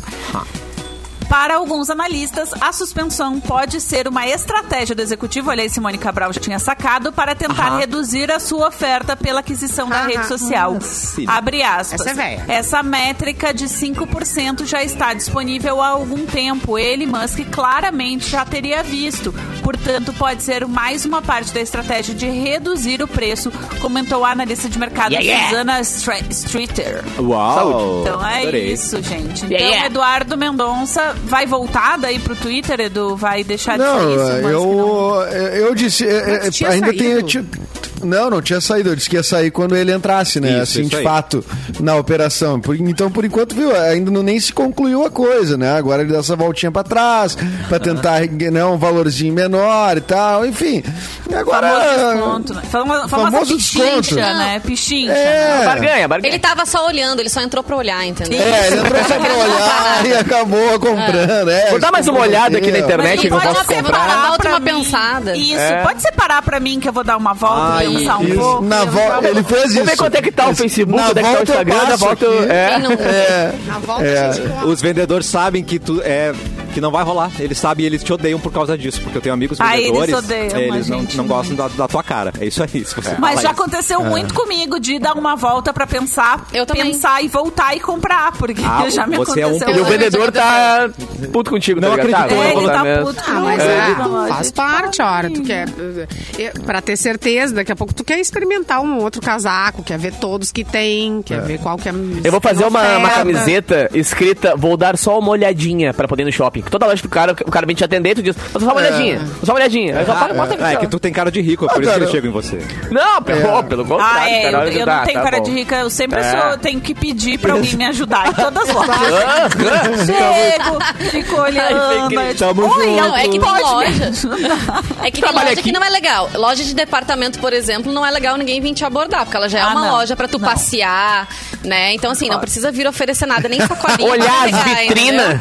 Para alguns analistas, a suspensão pode ser uma estratégia do executivo, olha aí, Simone Cabral já tinha sacado, para tentar reduzir a sua oferta pela aquisição da Aham. rede social. Abre aspas. Essa é velha. Essa métrica de cinco por cento já está disponível há algum tempo. Ele, Musk, claramente já teria visto. Portanto, pode ser mais uma parte da estratégia de reduzir o preço, comentou a analista de mercado Yeah, yeah. Susana Stra- Streeter. Uau! Então é Adorei. isso, gente. Então, Yeah, yeah. Eduardo Mendonça vai voltar daí pro Twitter, Edu? Vai deixar de Não, ser isso? Musk não? eu, eu disse. é, Mas é, tinha ainda tem. saído? ti- Não, não tinha saído. Eu disse que ia sair quando ele entrasse, né? Isso, assim, isso de aí. fato, na operação. Por- então, por enquanto, viu? Ainda não, nem se concluiu a coisa, né? Agora ele dá essa voltinha pra trás, pra tentar né, um valorzinho menor e tal. Enfim. Agora. Famoso desconto, né? Fama- Famosa Famoso pichincha, desconto. né? Pichincha. É. né? Barganha, barganha. Ele tava só olhando, ele só entrou pra olhar, entendeu? É, ele entrou só pra olhar e acabou comprando. É, Vou dar mais uma olhada aqui na internet Mas que eu tu pode posso comprar. separar Bota pra uma mim. pensada. Isso, É. pode separar pra mim que eu vou dar uma volta e Ai, pensar um Isso, pouco. na Eu volta, já- ele fez isso. Vamos ver quanto é que tá o Facebook, Na quanto é que tá o volta eu Instagram, na passo volta eu... aqui. É. Quem não- É. Na volta É. a gente coloca. Os vendedores sabem que tu é que não vai rolar. Eles sabem e eles te odeiam por causa disso. Porque eu tenho amigos Ah, eles vendedores. odeiam, eles mas, não, gente, não gostam da, da tua cara. É isso aí. Se você Mas fala já isso. aconteceu muito comigo de dar uma volta pra pensar, Eu também. pensar e voltar e comprar, porque Ah, já me você é um- aconteceu. E o Eu vendedor tá puto contigo, Não tá ligado? acreditou, Tá, É, vou ele voltar tá mesmo. puto. Ah, mas com é, a loja. faz parte, ora, tu quer, eh, pra ter certeza, daqui a pouco tu quer experimentar um outro casaco, quer ver todos que tem, quer ver qual que é. Eu vou fazer uma, uma oferta. camiseta escrita, vou dar só uma olhadinha pra poder ir no shopping. Toda loja do cara, o cara vem te atender e tu diz, só uma olhadinha, só uma olhadinha. Aí eu só falo, bota aqui, Ah, é só. que tu tem cara de rico, é por Ah, isso que cara, eles chegam em você. Não, pelo, pelo contrário, Ah, é, cara. eu, olha, eu tá, não tenho tá cara bom. de rica, eu sempre É. sou, tenho que pedir pra alguém me ajudar em todas as lojas. Ah, ah. Chego, fico olhando. Ai, é tipo, tamo Oi, junto. Não, é que tem pode me loja. ajudar?" É que tem Trabalha loja aqui. que não é legal. Loja de departamento, por exemplo, não é legal ninguém vir te abordar, porque ela já é Ah, uma não. loja pra tu Não. passear, né? Então, assim, não precisa vir oferecer nada, nem sacolinha. Olhar pra as pegar, vitrinas. entendeu?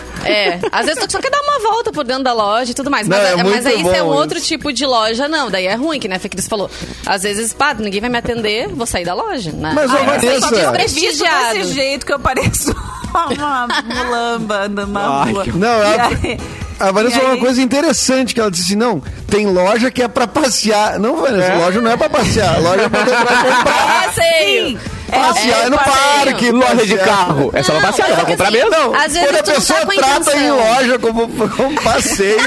É, às vezes tu só quer dar uma volta por dentro da loja e tudo mais. Mas, Não, é mas muito aí se é um bom outro isso. tipo de loja, não. Daí é ruim, que né, a Fê Cris falou. Às vezes, pá, ninguém vai me atender, vou sair da loja, né? Mas, ô, Aí vai sair Vanessa, Visto desprestigiado. desse jeito que eu pareço uma mulamba andando na Ai, rua. que- Não, E ela- aí- A Vanessa E falou aí? uma coisa interessante, que ela disse assim, não, tem loja que é pra passear. Não, Vanessa, loja não é pra passear, loja é pra, pra comprar. É, sei. Sim. Passear é no passeio. parque. Loja de passear. carro. É só pra Não, passear, mas vai é que comprar assim, mesmo. Não. Às vezes Quando a tu não pessoa tá com a trata em intenção. loja como, como passeio.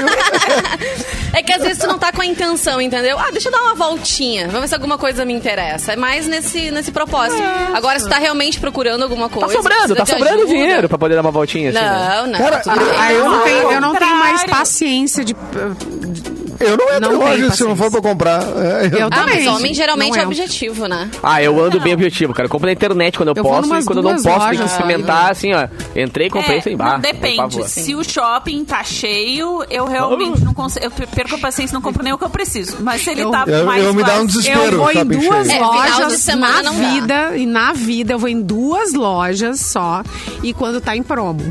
É que às vezes tu não tá com a intenção, entendeu? Ah, deixa eu dar uma voltinha. Vamos ver se alguma coisa me interessa. É mais nesse, nesse propósito. Agora, se tu tá realmente procurando alguma Tá coisa... sobrando, precisa tá de sobrando ajuda. dinheiro pra poder dar uma voltinha assim, né? Não, não. Cara, tudo bem. Ah, eu não Ao tenho, eu não tenho mais contrário. paciência de. Eu não entro Não em loja tenho se não for paciência. pra comprar. É, eu- Eu Ah, também. mas homem geralmente Não é é um- objetivo, né? Ah, eu ando bem objetivo, cara. Eu compro na internet quando eu, Eu vou posso e numas quando eu não duas posso, tem que lojas, experimentar, assim, ó. Entrei, comprei, É, sem não, bar. depende. Se o shopping tá cheio, eu realmente não consigo. Eu perco a paciência, não compro nem o que eu preciso. Mas se ele Eu- tá eu- mais eu me dá um vazio- desespero. Eu vou em shopping duas cheio. É, final de lojas semana na não dá. vida, e na vida eu vou em duas lojas só, e quando tá em promo.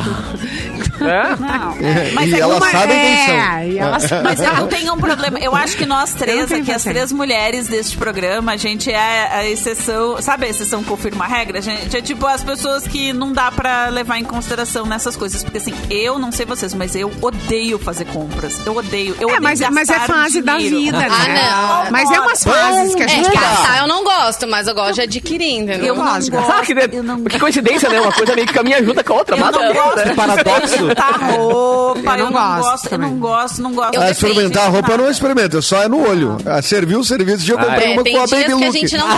É? Não, é, mas E é elas uma- sabem quem são. É, e elas Mas eu tenho um problema. Eu acho que nós Eu três não tenho aqui, as paciência. três mulheres deste programa, a gente é a exceção. Sabe a exceção que confirma a regra? A gente é tipo as pessoas que não dá pra levar em consideração nessas coisas. Porque assim, eu não sei vocês, mas eu odeio fazer compras. Eu odeio. Eu É, odeio mas, mas é gastar fase da dinheiro. vida, né? Ah, não. Mas é umas fases que a É, gente de passa. gastar eu não gosto, mas eu gosto de adquirir, entendeu? Eu não gosto. gosto. Ah, que, de- eu não que coincidência, né? Uma coisa meio que caminha junto com a outra. Eu Mas não não, gosto né? de Paradoxo. Tá roupa, Eu não eu não gosto gosto, eu também. não gosto, não gosto. Eu Ah, depende. experimentar a roupa eu não experimento, eu só é no olho. Ah, serviu o serviço, dia eu comprei É, uma tem com a dias Baby que a Look. gente não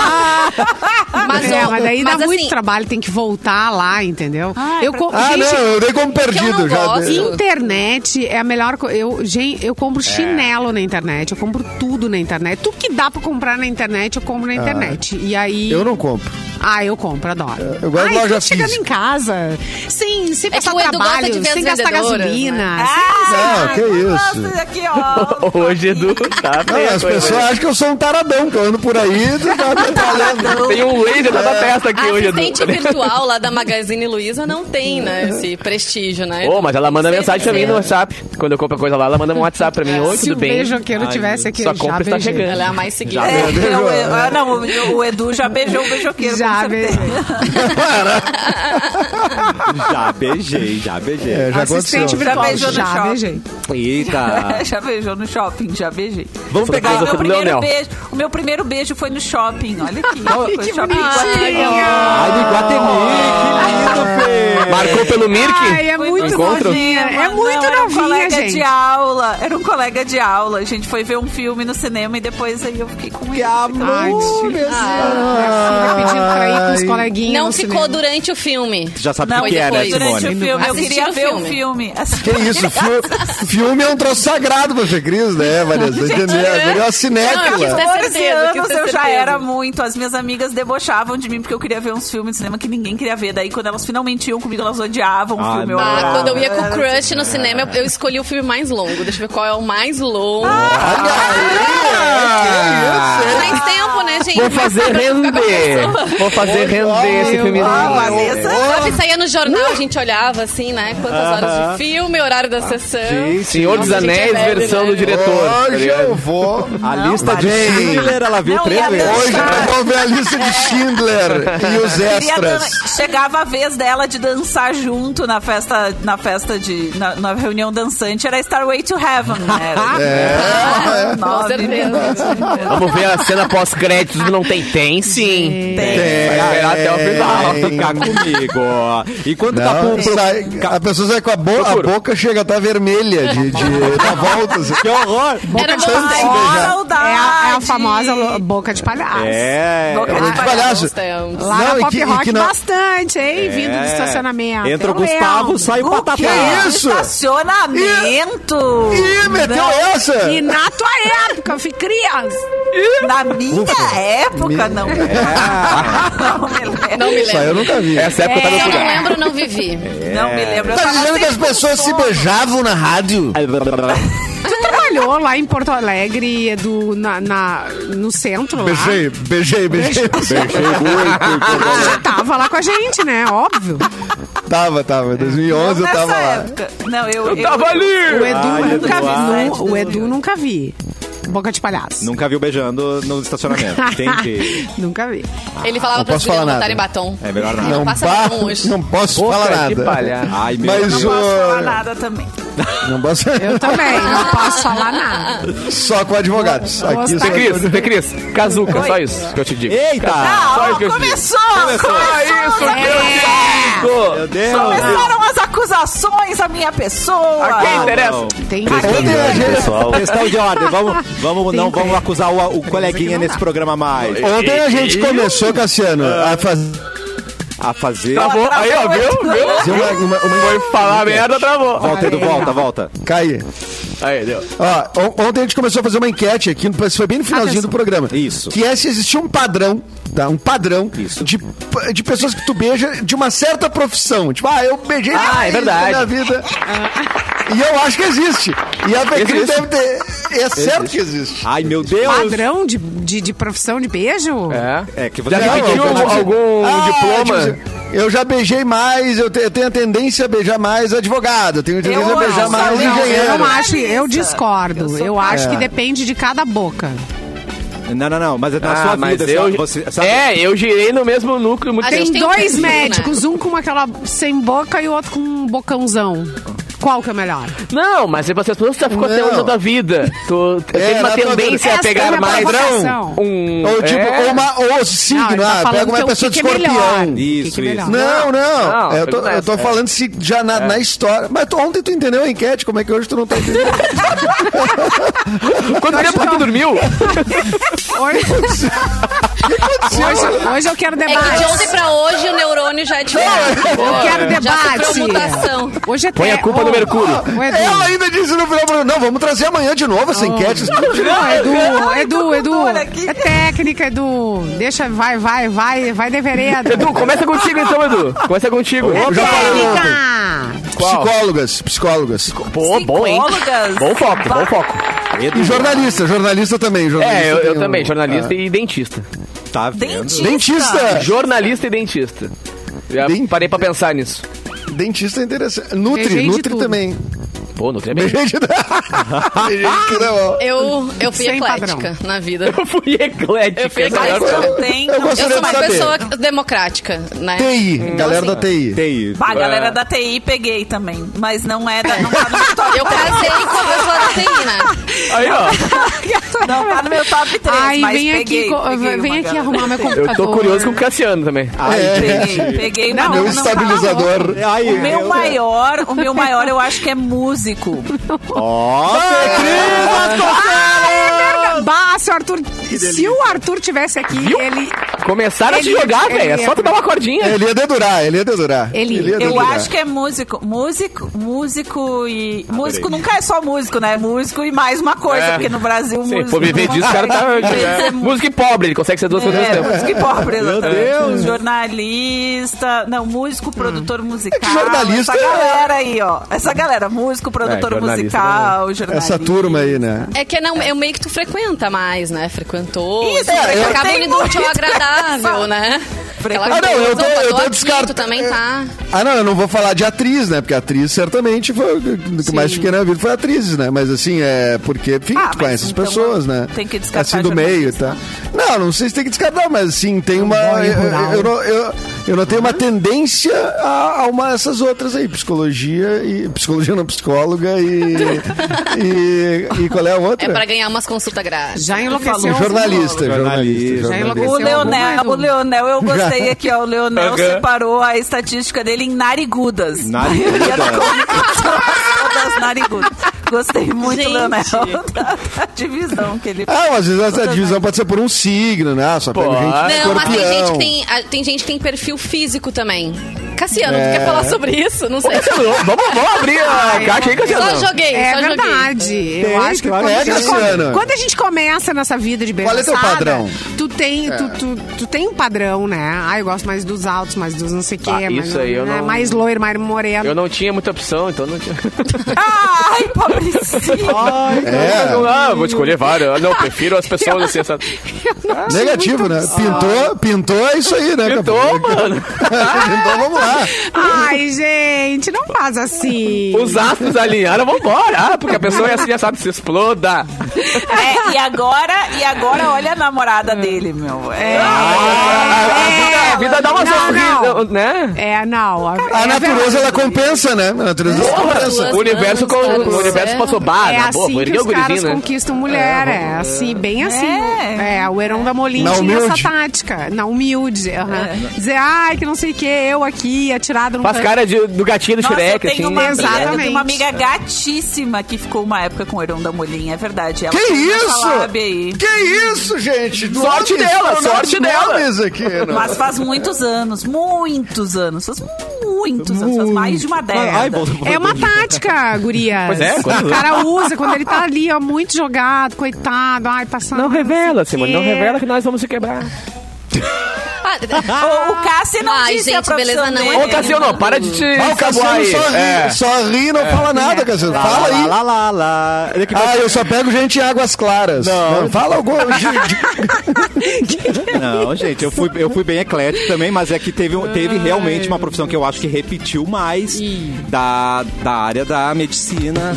tá... mas, É, ó, mas daí dá mas, muito assim, trabalho, tem que voltar lá, entendeu? Ai, eu pra- co- Ah, gente, não, eu dei como eu não perdido. Já gosto. dei- internet é a melhor coisa. Eu, gente, eu compro chinelo na internet, eu compro tudo na internet. Tudo que dá pra comprar na internet, eu compro na internet. E aí. Eu não compro. Ah, eu compro, adoro. Eu gosto de Ai, loja tô chegando física. em casa, sem, sem É que passar o Edu gosta trabalho, de ver sem as gastar vendedoras, gasolina. né? Ah, Não, que eu isso. gosto Aqui, ó. Hoje, Edu, tá Não, bem a as coisa, pessoas né? acham que eu sou um taradão, que eu ando por aí e tá me atrapalhando. Tem um laser na tua testa aqui A hoje, Edu. assistente virtual lá da Magazine Luiza não tem, né, esse prestígio, né? Ô, mas ela manda Tem que mensagem pra mim ser no WhatsApp. Quando eu compro coisa lá, ela manda um WhatsApp pra mim. Oi, Se tudo o bem? beijoqueiro Ai, tivesse aqui, sua já compra está beijei. chegando. Ela é a mais seguida. É, beijou. eu- eu- ah, não, o, o Edu já beijou o beijoqueiro, Já com certeza. Já beijei, já beijei. É, já Assistente aconteceu. virtual, Já beijou no já shopping. beijei. Eita. já beijou no shopping, já beijei. Vamos Sobre pegar... coisa Meu sobre primeiro Leonel. beijo, o meu primeiro beijo foi no shopping, olha aqui. Foi no shopping bonitinho. Ai, do Iguatemi, que lindo, Fê. Marcou pelo Mirk? Ai, é Foi muito no encontro? novinha. É cinema. muito Não, era um novinha, colega gente. de aula. Era um colega de aula. A gente foi ver um filme no cinema e depois aí eu fiquei com ele. Que amor, Ai, meu tio. Deus. Minha filha pedindo pra ir com os coleguinhas Não no ficou cinema. durante o filme. Tu já sabe Não, o que é, né, depois, durante Simone? o filme. Eu Assistindo queria o ver o filme. filme. Que isso, fi- filme é um troço sagrado pra Fê Cris, né, Vanessa? Tá entendendo? É uma Não, cinéfila. eu quis ter quatorze certeza, quis anos ter eu já certeza. era muito. As minhas amigas debochavam de mim porque eu queria ver uns filmes de cinema que ninguém queria ver. Daí, quando elas finalmente iam comigo, elas odiavam o Ah, filme. Eu não. Ah, adorava. quando eu ia com o crush no cinema, eu, eu escolhi o filme mais longo. Deixa eu ver qual é o mais longo. Olha aí! Mais tempo, né, gente? Vou fazer render. Vou fazer render esse Meu filmezinho. Ah, Vanessa. Sabe, saía no jornal, a gente olhava assim, né? Quantas horas de filme, horário da sessão. Senhor dos Nossa, a gente é Anéis, velho, versão né? do diretor. tá Hoje ligado? eu vou. A Não, lista de parei. Schindler, ela viu Não, três e a vezes. Hoje eu vou ver a lista de Schindler e os Queria extras. dan- Chegava a vez dela de dançar junto na festa, na festa de. Na, na reunião dançante, era Starway to Heaven, né? Era- É. Com certeza. Vamos ver a cena pós-créditos. Não tem? Tem sim. Tem. Vai esperar até o final. Vai ficar comigo. Enquanto tá Não, com... sai- a pessoa sai com a, bo a Procuro. boca chega a estar vermelha de, de dar voltas. Que horror! Era de você. palhaço. Ai, É saudade. a, é a famosa lo- boca de palhaço. É. Boca Boca de palhaço. Temos. Lá Não, na e Pop que- e Rock que não- bastante, hein? Vindo do É. estacionamento. Entra o Eu Gustavo, lembro. sai o Que Patatá. isso? Estacionamento! Ih, meteu essa! E na tua época, eu fui criança. Na minha época, não. É. Não me lembro. Não me Isso aí eu lembro. nunca vi. Essa época tá no Se eu não lugar. lembro, não vivi. Não me lembro. Eu Tá tava dizendo que as sempre pessoas com se sono. beijavam na rádio? Tu trabalhou lá em Porto Alegre, do, na, na- no centro lá? Beijei, beijei, beijei. Já tava lá com a gente, né? Óbvio. Tava, tava. Em dois mil e onze eu Nessa tava lá. época. Não, eu, Eu tava ali! O Edu Ai, nunca Eduardo. vi. nu- O Edu nunca vi. Boca de palhaço. Nunca viu beijando no estacionamento. Entendi. Nunca vi. Ele falava Não pra posso as falar gurias botarem nada. batom. É melhor não. Não Não, passa ba- batom hoje. não posso Boca falar de nada. palhaço. Ai, meu Mas Não o... posso falar nada também. Não posso... Eu também, não posso falar nada. Só com advogados. Aqui Gostar. só... Vê, Cris, vê, Cris. Cazuca, só isso que eu te digo. Eita! Só isso que eu te digo. Começou! Começou. Só isso que eu te digo. Meu Deus! Começaram as acusações à minha pessoa. A quem Ah, interessa? não. Tem Ontem a gente... Pessoal, questão de ordem. Vamos, vamos, não vamos acusar o, o coleguinha não nesse dá. programa mais. Ontem a gente começou, Cassiano, a fazer A fazer. Travou. Aí, ó, viu? Viu? uma... uma, uma... Foi falar merda, travou. Volta, Edu, volta, volta. Cai. Aí, deu. Ó, on- ontem a gente começou a fazer uma enquete aqui, no- foi bem no finalzinho Atenção. do programa. Isso. Que é se existia um padrão, tá? Um padrão Isso. de, de pessoas que tu beija de uma certa profissão. Tipo, ah, eu beijei Ah, mais é verdade. na minha vida. E eu acho que existe. E a Becris Existe. deve ter. É certo que existe. Ai, meu Deus! Padrão de, de, de profissão de beijo? É. É que você Já Não, repetiu eu- eu- algum Ah, diploma? tipo, eu já beijei mais, eu, te- eu tenho a tendência a beijar mais advogado, eu tenho a tendência Eu a beijar não, mais não, engenheiro. Eu não acho, eu Eu discordo. sou Eu acho É. que depende de cada boca. Não, não, não, mas é na Ah, sua mas vida. eu, Você, sabe? É, eu girei no mesmo núcleo muito A tempo. gente Tem tem um dois perfil, né? médicos, um com aquela sem boca e o outro com um bocãozão. Qual que é melhor? Não, mas se você já ficou até Não. hoje da vida. Tu É, tem uma na tua tendência vida. a pegar Essa é a mais provocação. um. Ou tipo, é. ou, uma, ou signo, Não, ele tá ah, falando pega uma que o pessoa que de que é melhor. escorpião. O que Isso, que é melhor? isso. Não, não. Não, eu tô, pergunta eu tô essa, falando se já na, na história. Mas tu- ontem tu entendeu a enquete, como é que hoje tu não tá entendendo? Quanto tempo que tu dormiu? Hoje, hoje, hoje eu quero É que de debate. ontem pra hoje o neurônio já é diferente. Eu quero Já debate. sofreu mutação. Hoje é Põe a te- culpa Ô, no Mercúrio. ô, Edu. Ela ainda disse no final, não, vamos trazer amanhã de novo essa enquete. Não, Edu, Edu, Edu. Olha aqui. É técnica, Edu. Deixa, vai, vai, vai, vai de vereda. Edu, começa contigo então, Edu. Começa contigo. Eu já falei ontem. Técnica. Qual? Psicólogas, psicólogas. Pô, bom, hein? Psicólogas. Bom foco, bom foco. E jornalista, jornalista também. Jornalista É, eu, eu tem um- também, jornalista Ah. e dentista. Tá vendo? Dentista. Dentista. Jornalista e dentista. Já Bem- parei pra pensar nisso. Dentista é interessante. Nutri, Beijei de Nutri tudo. também. Pô, não tem bem. Tem gente, tem gente que não. Eu, eu fui Sem eclética na vida. Eu fui eclética. Eu fui essa é a melhor eclética. coisa. Não tem. Eu não gostaria Eu tem. sou uma saber. pessoa democrática, né? T I, galera assim, da T I. Tem. Pá, a galera da T I peguei também. Mas não é da. Não tá no meu top Eu casei com a pessoa da T I, né? Aí, ó. Não tá no meu top três. Ai, mas vem peguei, aqui, co- peguei vem uma aqui galera. arrumar meu Eu computador. tô curioso com o Cassiano também. É, Peguei, peguei Não, uma- meu não, estabilizador. Ai, O meu eu- maior, o meu maior eu acho que é músico. Ó, Ah, é verdade. Bah, se o Arthur, se o Arthur tivesse aqui, ele, Começaram a te Ele- jogar, ele velho. É ia só tu dar uma cordinha. Ele ia dedurar, ele ia dedurar. Ele- ia Eu dedurar. acho que é músico. Músico, músico e. músico nunca é só músico, né? Músico e mais uma coisa, É. porque no Brasil Sim, músico. por viver disso, o cara tá. É. Música e pobre, ele consegue ser duas coisas ao É, mesmo tempo. músico e pobre, exatamente. Deus. Jornalista. Não, músico, produtor musical. É que jornalista Essa é- galera aí, ó. Essa galera, músico, produtor É, jornalista musical, jornalista. Essa turma aí, né? É que não, eu meio que tu frequenta mais, né? Frequentou. Isso, então, é, eu acaba tenho unindo o útil ao muito agradável, né? Aquela Ah, não, eu tô- coisa, opa, eu tô aqui, descart- tu também tá. Ah, não, eu não vou falar de atriz, né? Porque atriz certamente foi o que mais fiquei na vida foi atrizes, né? Mas assim, é porque, enfim, Ah, tu mas conhece as então pessoas, né? tem que descartar assim do meio, jornalista. tá? Não, não sei se tem que descartar, mas assim, tem uma. boy Eu, rural. eu, não- eu, eu não tenho uma tendência a, a uma dessas outras aí, psicologia e. Psicologia não, psicóloga e. e, e qual é a outra? É pra ganhar umas consultas grátis. já enlouqueceu. Um jornalista, jornalista. Jornalista. Já jornalista. enlouqueceu. O Leonel, alguma, o Leonel, eu gostei aqui, ó. O Leonel Aham. separou a estatística dele em narigudas. Narigudas. Teoria da comunicação das narigudas. Gostei muito, Gente. Leonel, da, da divisão que ele Ah, às vezes essa divisão pode ser por um signo, né? Só pega Pode. gente de Não, mas tem escorpião. gente que tem, a- tem gente que tem perfil físico também. Cassiano, É. tu quer falar sobre isso? Não sei. Cassiano, vamos, vamos abrir a caixa aí, Cassiano. Só joguei, É só joguei. verdade. Eu Tem, acho que claro. quando, É, a gente Cassiano. come- quando a gente começa nessa vida de Qual é teu belezada, padrão? tu tem, tu, tu, tu tem um padrão, né? Ah, eu gosto mais dos altos, mais dos não sei o quê. Ah, mais, isso aí eu né? não- mais loiro, mais moreno. Eu não tinha muita opção, então não tinha. Ai, pobrecinho. É, Ah, vou escolher várias. Não, prefiro as pessoas assim, essa. negativo, né? Pintou, pintou, é isso aí, né? Pintou, Capô? mano. Então vamos lá. Ai, gente, não faz assim. Os astros alinharam, vambora. Ah, porque a pessoa é assim, já sabe, se exploda. É, e agora, e agora olha a namorada dele, meu. É. A vida dá uma Não, sorrida, não. né? É, não. A, A é natureza, ela compensa, né? A natureza compensa. O universo, com, o universo passou barra, É boa, assim vou que erguer o os caras gurizinho, né? conquistam mulher, é assim, bem assim. É. É, o Heron da Molin Na tinha humilde. essa tática, na humilde. aham. Dizer, ai, que não sei o que, eu aqui, atirado no Faz canto. cara de, do gatinho do Nossa, eu Shrek, tenho assim. uma, amiga, eu Exatamente. tenho uma amiga gatíssima que ficou uma época com o Heron da Molin, é verdade. Ela Que tem essa isso? lábia aí. Que isso, gente? Sorte Nomes, dela, nomes, sorte dela. nomes aqui, né? Mas faz muitos anos, muitos anos. Faz muitos anos, faz mais de uma década. Ai, bom, É uma tática, gurias. Pois é, quando- O cara usa quando ele tá ali, ó, muito jogado, coitado, ai, passando. Não revela, sei o Simone, não quê. revela que nós vamos se quebrar. O, o Cássio não Ai, disse gente, a profissão beleza, não dele. é Ô, Cassiano, para de te Ah, o saboar aí. Cassiano só ri, É. só ri e não fala nada, Cassiano. Fala aí. Lá, lá, lá. Ele que vai- Ah, eu só pego gente em águas claras. Não. Fala alguma Não, gente, eu fui, eu fui bem eclético também, mas é que teve, um- teve realmente uma profissão que eu acho que repetiu mais da, da área da medicina.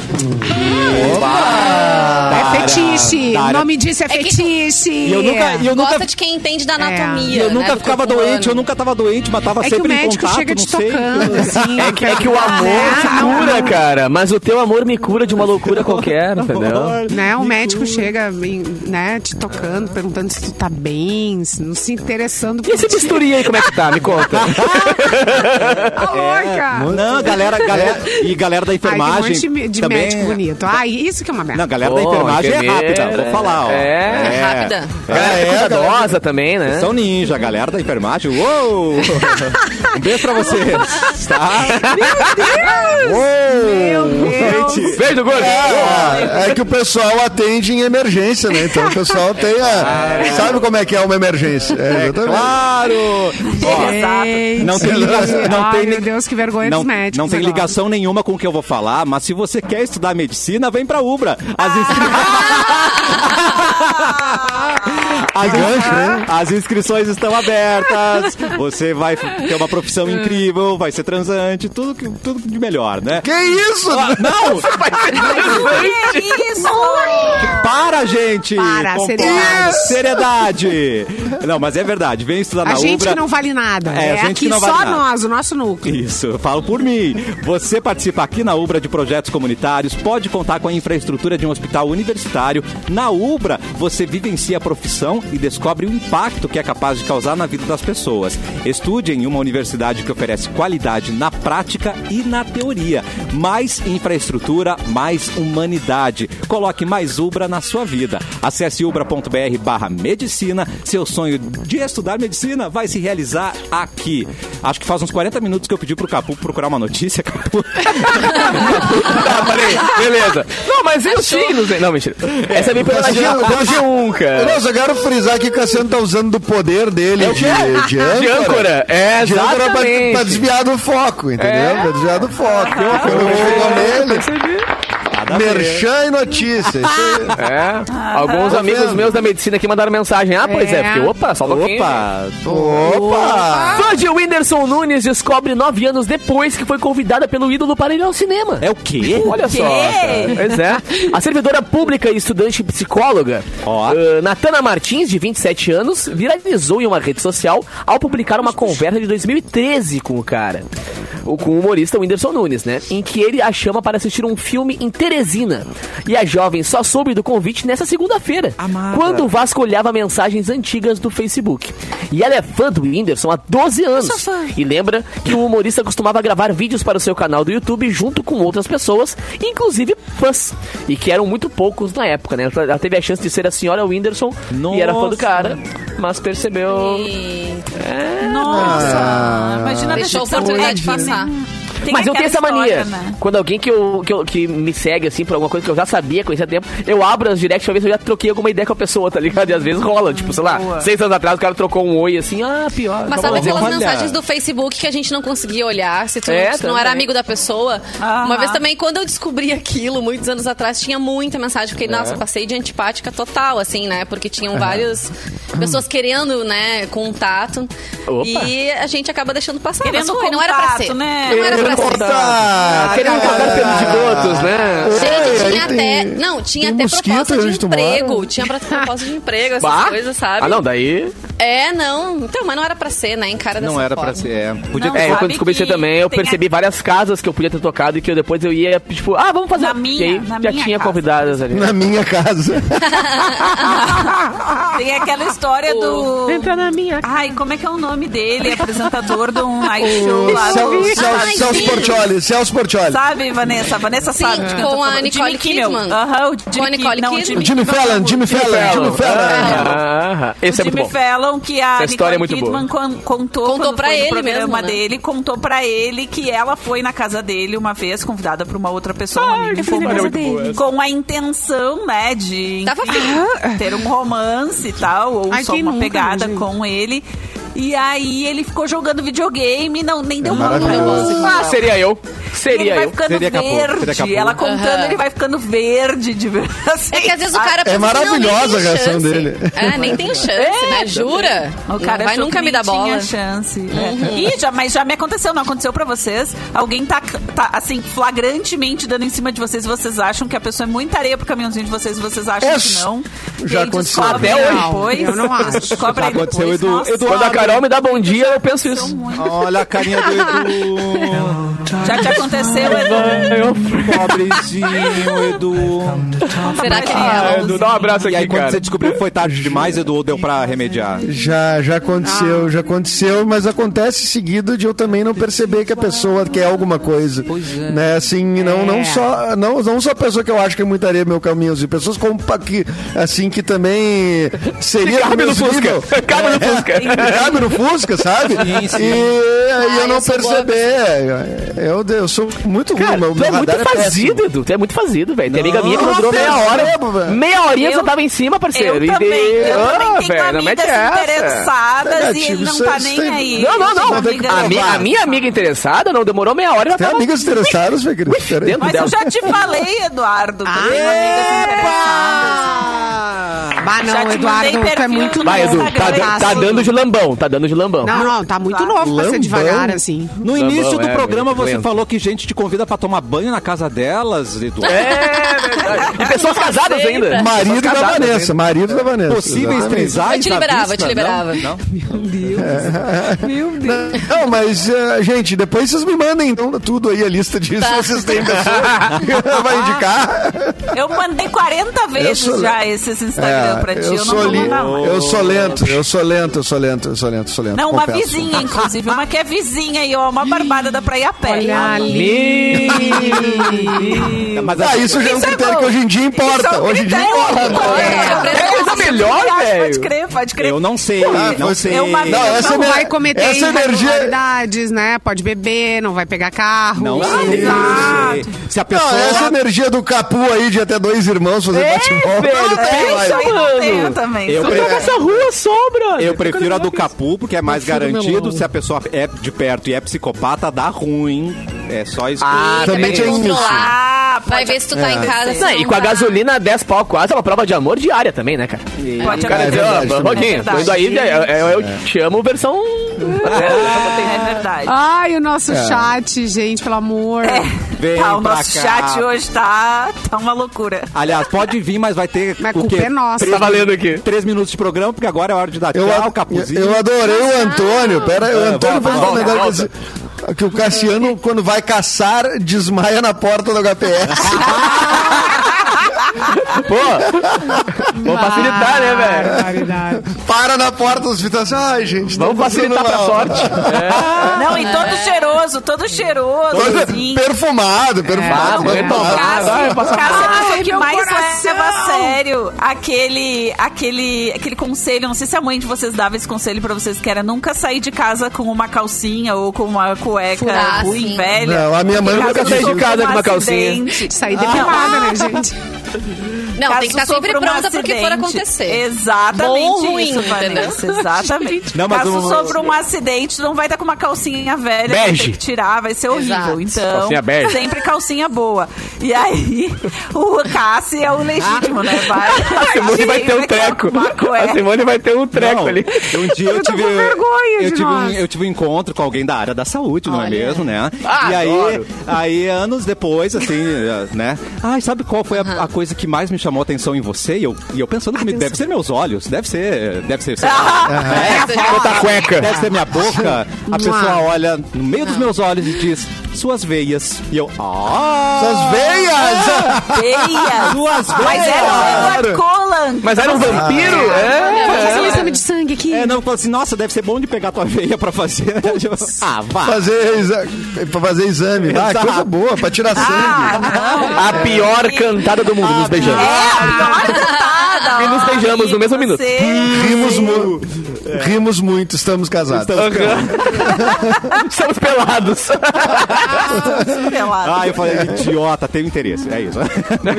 É fetiche. da O área- nome disso é É que- fetiche. E eu nunca, e eu Gosta nunca, de quem entende da anatomia. eu né, nunca do ficava corpo doente, humano. eu nunca tava doente, mas tava É que sempre o em médico contato, chega não te sei. tocando, assim. É que, é que o amor Né? te Não, cura, não. cara. Mas o teu amor me cura de uma loucura qualquer, entendeu? Né, o médico chega, em- né, te tocando, perguntando se tu tá bem, se não se interessando por E esse ti. bisturi aí, como é que tá? Me conta. Tá louca? Não, galera, galera, e galera da Ai, tem um enfermagem monte de, de também. médico bonito. Ai, isso que é uma merda. Não, galera da Pô, enfermagem é enfermeira, rápida, vou falar, ó. é. Rápida. Galera, É, é, galera. cuidadosa também, né? São ninja, galera da enfermagem. Uou! Um beijo pra vocês, tá? Meu Deus. Gente, Beijo, gordo. É, é que o pessoal atende em emergência, né? Então o pessoal tem a... Sabe como é que é uma emergência? É, exatamente. claro! Ó, Gente. não tem ligação, não Ai, tem, meu Deus, que vergonha não, dos médicos. não tem agora. ligação nenhuma com o que eu vou falar, mas se você quer estudar medicina, vem pra Ubra. As, inscri... As, gancho, né? as inscrições estão abertas. Você vai ter uma profissão incrível, vai ser transante, tudo, que- tudo de melhor, né? Que isso? Não! Que isso? Para, gente! Para, Com- seriedade. Seriedade! Não, mas é verdade. Vem estudar A na gente Ubra. que não vale nada. É, É, a gente aqui que não vale só nada. nós, o nosso núcleo. Isso, eu falo por mim. Você participa aqui na Ubra de projetos comunitários, pode contar com a infraestrutura de um hospital universitário. Na Ubra, você vivencia a profissão e descobre o impacto que é capaz de causar na vida das pessoas. Estude em uma universidade que oferece qualidade na prática e na teoria. Mais infraestrutura, mais humanidade. Coloque mais Ubra na sua vida. Acesse ubra.br barra medicina. Seu sonho de estudar medicina vai se realizar aqui. Acho que faz uns quarenta minutos que eu pedi pro Capu procurar uma notícia, Capu. Tá, parei. Beleza. Não, mas eu signos... Não, mentira. Essa é bem pela G um, pelo G um, cara. Eu só quero frisar que o Cassiano tá usando do poder dele de, de De âncora. âncora. É, De âncora pra, exatamente. pra desviar do foco, entendeu? É. Pra desviar do foco. Eu chego nele. Nada a ver. Merchan e notícia. Isso aí. É. Alguns tá amigos vendo? meus da medicina aqui mandaram mensagem. Ah, pois é, É. porque, opa, só um pouquinho. Opa! Opa! Fã de Whindersson Nunes descobre nove anos depois que foi convidada pelo ídolo para ir ao cinema. É o quê? Olha só, cara. Pois é. A servidora pública e estudante psicóloga, Ó. uh, Natana Martins, de vinte e sete anos, viralizou em uma rede social ao publicar uma conversa de dois mil e treze com o cara. O, com o humorista Whindersson Nunes, né? Em que ele a chama para assistir um filme em Teresina. E a jovem só soube do convite nessa segunda-feira, quando vasculhava mensagens antigas do Facebook. E ela é fã do Whindersson há doze anos. E lembra que o humorista costumava gravar vídeos para o seu canal do YouTube junto com outras pessoas, inclusive fãs. E que eram muito poucos na época, né? Ela teve a chance de ser a senhora Whindersson e era fã do Nossa. cara, mas percebeu... E Nossa, imagina deixou a decepção. oportunidade É que passar. tem Mas eu tenho essa aquela mania. história, né? Quando alguém que, eu, que, eu- que me segue, assim, por alguma coisa que eu já sabia, conhecia há tempo, eu abro as directs pra ver se eu já troquei alguma ideia com a pessoa, tá ligado? E às vezes rola. Tipo, sei lá, Boa. seis anos atrás o cara trocou um oi, assim, ah, pior. Mas acabou. sabe aquelas olha. mensagens do Facebook que a gente não conseguia olhar se tu, É, se tu não também. era amigo da pessoa? Aham. Uma vez também, quando eu descobri aquilo, muitos anos atrás, tinha muita mensagem. Fiquei, nossa, passei de antipática total, assim, né? Porque tinham várias pessoas querendo, né, contato. Opa. E a gente acaba deixando passar. Querendo mas foi, não era pra contato, ser. né? Não era pra querendo pra cortar. Querendo cortar pelos zigotos, né? Gente, Aí tinha tem- até. Não, tinha tem até mosquito proposta de onde tu emprego. mora. Tinha pra- proposta de emprego, essas Bah? coisas, sabe? Ah, não, daí... É, não. Então, mas não era pra ser, né? Em cara dessa Não era forma. pra ser. É. Podia Não, ter. É, eu sabe quando descobri isso que também, eu tem percebi a- várias casas que eu podia ter tocado e que eu depois eu ia, tipo, ah, vamos fazer. Na e minha, aí na já minha tinha casa. convidadas ali. Na minha casa. Tem aquela história do... Entra na minha Ai, como é que é o nome dele? Apresentador de um night show lá Cel- do... Cel- Ai, Celso sim. Portioli, Celso Portioli. Sabe, Vanessa? Vanessa Sim, sabe de quem eu tô com a falando. Nicole Jimmy Kimmel. Kidman. Aham, o Com a Jimmy Nicole Kimmel. Não, Kidman. Jimmy Fallon, Jimmy Fallon, Jimmy Fallon. Ah, esse é o muito Jimmy bom. Fallon, que a Essa história é Nicole muito boa. Kidman con- contou, Contou quando pra foi no ele programa mesmo, né? dele, contou pra ele que ela foi na casa dele uma vez, convidada por uma outra pessoa, um amigo em essa história é comum, muito boa, essa. com a intenção, né, de Tava enfim, ter um romance e tal, ou Ai, só quem uma nunca, pegada gente? com ele. E aí ele ficou jogando videogame, não, nem deu uma maravilhoso. Ah, seria eu. ele Seria vai eu. ficando Seria Capu, verde. seria Capu. Ela contando, Aham. ele vai ficando verde de ver- assim, É que às vezes o sabe? cara pensa, maravilhosa não, nem tem a reação chance. dele. É, nem tem chance, né? Jura? O cara não vai achou nunca que me nem dar bola. tinha chance. É. Ih, já, mas já me aconteceu, não aconteceu pra vocês? Alguém tá, tá, assim, flagrantemente dando em cima de vocês e vocês acham que a pessoa é muita areia pro caminhãozinho de vocês e vocês acham É, que não? já E aí aconteceu. descobrem Até hoje. depois, Eu não acho. descobrem Já aconteceu, depois, Edu- nossa, Edu- Quando a Carol me dá bom dia, eu penso isso. muito. Olha a carinha do Edu. Já te aconteceu, Edu? Pobrezinho, Edu. Será que Ah, é Edu, dá um abraço E aí, aqui, quando cara. você descobriu que foi tarde demais, Edu, deu pra remediar? Já, já aconteceu, já aconteceu, mas acontece seguido de eu também não perceber que a pessoa quer alguma coisa. Pois é. Né, assim, não, não, só, não, não só a pessoa que eu acho que é muita areia meu caminhozinho, pessoas como, pa- que, assim, que também seria... Cabe no do meu nível. Fusca. Cabe no Fusca. Cabe no Fusca, sabe? Sim, sim. E aí eu Ai, não eu sou boa perceber. Eu, eu sou muito ruim, Cara, meu, tu é meu muito radar é fazido, péssimo. Edu. Tu é muito fazido, velho. Tem amiga Não, minha que não eu durou meia hora. percebo, velho. Meia horinha Eu- você tava em cima, parceiro. Eu E também, daí- eu Ah, também tenho velho, não amigas mete essa. interessadas e Negativo, ele não isso tá é- nem isso é- aí. Não, não, não. Uma amiga- A, mi- a minha amiga interessada não demorou meia hora. Já Tem tava amigas interessadas, Fê Cris? Peraí. dentro Mas dela. eu já te falei, Eduardo, que eu tenho amigas interessadas. Bah, Já não, te Eduardo, mandei tu é perfil muito no Vai, Edu, novo. tá, da- tá dando de lambão, tá dando de lambão. Não, não, tá muito Tá. novo pra ser Lambão. devagar, assim. No Lambão, início do é, programa, muito você lento. falou que gente te convida pra tomar banho na casa delas, Edu. É verdade. E pessoas casadas ainda. Marido Pessoas da casadas Vanessa, ainda. marido da Vanessa. Possíveis exatamente. trisais Eu te à liberava, eu vista? te liberava. Não? Não, mas, eh, gente, depois vocês me mandem então tudo aí, a lista disso, Tá. vocês têm pessoa vai indicar. Eu mandei quarenta vezes sou- já esses Instagram É, pra ti, eu, eu, não sou vou li- mandar mais. eu sou lento, eu sou lento, eu sou lento, eu sou lento, eu sou lento. Não, uma confesso. vizinha, inclusive. Uma que é vizinha e ó, uma barbada dá pra ir a pé. Olha Ah, ali. Mas Ah, isso já é um Isso é critério bom. que hoje em dia Isso importa. é um Hoje em dia critério. importa. É coisa melhor, Pode velho. crer, pode crer. eu não sei, Ah, não foi- sei. eu uma- Não, essa Não ener- vai cometer essa energia. irregularidades, né? Pode beber, não vai pegar carro. Não Ah, sei. exato. Se a Não, pessoa... essa energia do Capu aí de até dois irmãos fazer É, bate-volta. velho, não tem, pensa, vai. Isso aí não tenho mano. também. Eu Só pre- pra essa rua sobra. Eu prefiro a do Capu, porque é mais Prefiro garantido. melão. Se a pessoa é de perto e é psicopata, dá ruim. É só isso. Ah, que- também Tem que tem isso. controlar. Vai pode ver se tu tá em casa. se Não, e não com a tá. gasolina dez pau quase, é uma prova de amor diária também, né, cara? Pode O cara É diz, verdade ó, também. Rodinho, tô indo aí, eu, eu, eu te amo versão... É verdade. Ai, o nosso chat, gente, pelo amor. Vem Tá, o pra nosso cá. chat hoje tá, tá uma loucura. Aliás, pode vir, mas vai ter Mas a o culpa quê? é nossa. Três, Tá valendo aqui. três minutos de programa, porque agora é hora de dar Eu, tchau, ad- Capuzinho. eu adorei o Antônio. Pera aí, o Ah, Antônio volta, fez um volta, comentário que, volta. assim, que o Cassiano, quando vai caçar, desmaia na porta do H P S. Pô, vamos facilitar, né, velho? Barbaridade. Para na porta do hospital assim, ai, gente. Vamos tô passando facilitar pra mal." sorte. Não, e todo cheiroso, todo cheiroso. Todo assim. perfumado, perfumado. vai perfumado. tomar. Cássio, vai passar Cássio é a pessoa que meu mais coração. leva a sério aquele, aquele, aquele conselho. Não sei se a mãe de vocês dava esse conselho pra vocês, que era nunca sair de casa com uma calcinha ou com uma cueca Furar, ruim, sim. velha. Não, a minha mãe Porque nunca caso saiu de sofra casa um com uma calcinha. acidente. Sair depilada, né, gente? Não, Caso tem que estar sempre sofra um pronta pro que for acidente. acontecer. Exatamente Bom ou ruim, isso, entendeu? Vanessa. Exatamente. Não, mas Caso o- sofra um acidente, tu não vai estar com uma calcinha velha, vai Bege. ter que tirar, vai ser horrível. Exato. Então, Calcinha bege. sempre calcinha boa. E aí, o Cassi é o legítimo, né? Vai, A Simone vai ter um treco. Uma A cueca. Simone vai ter um treco Não, ali. Um dia eu, Eu tô tive, com vergonha eu de tive, um, nós. eu tive um encontro com alguém da área da saúde, não é Olha. mesmo, né? Ah, e aí, adoro. aí, anos depois, assim, né? Ai, sabe qual foi a, a coisa que mais me chamou a atenção em você? E eu, e eu pensando comigo, deve ser meus olhos, deve ser, deve ser, sei lá, é, Botar cueca. deve ser minha boca. A pessoa Mua. olha no meio dos meus olhos e diz, suas veias. E eu, ah! Suas veias! Feia. Suas veias! Mas era o Edward Cullen. Mas era um vampiro? Vamos fazer um É. exame de sangue aqui. É, não, falou assim, nossa, deve ser bom de pegar tua veia pra fazer. Ah, vá. Fazer, exa pra fazer exame. Ah, Exato. coisa boa, pra tirar sangue. Ah, A pior cantada do mundo, nos beijamos. é a pior cantada. E nos beijamos no mesmo minuto. Você- Rimos, mu rimos muito, estamos casados. Estamos pelados. Pelado. Ah, eu falei, idiota, tenho interesse. É isso.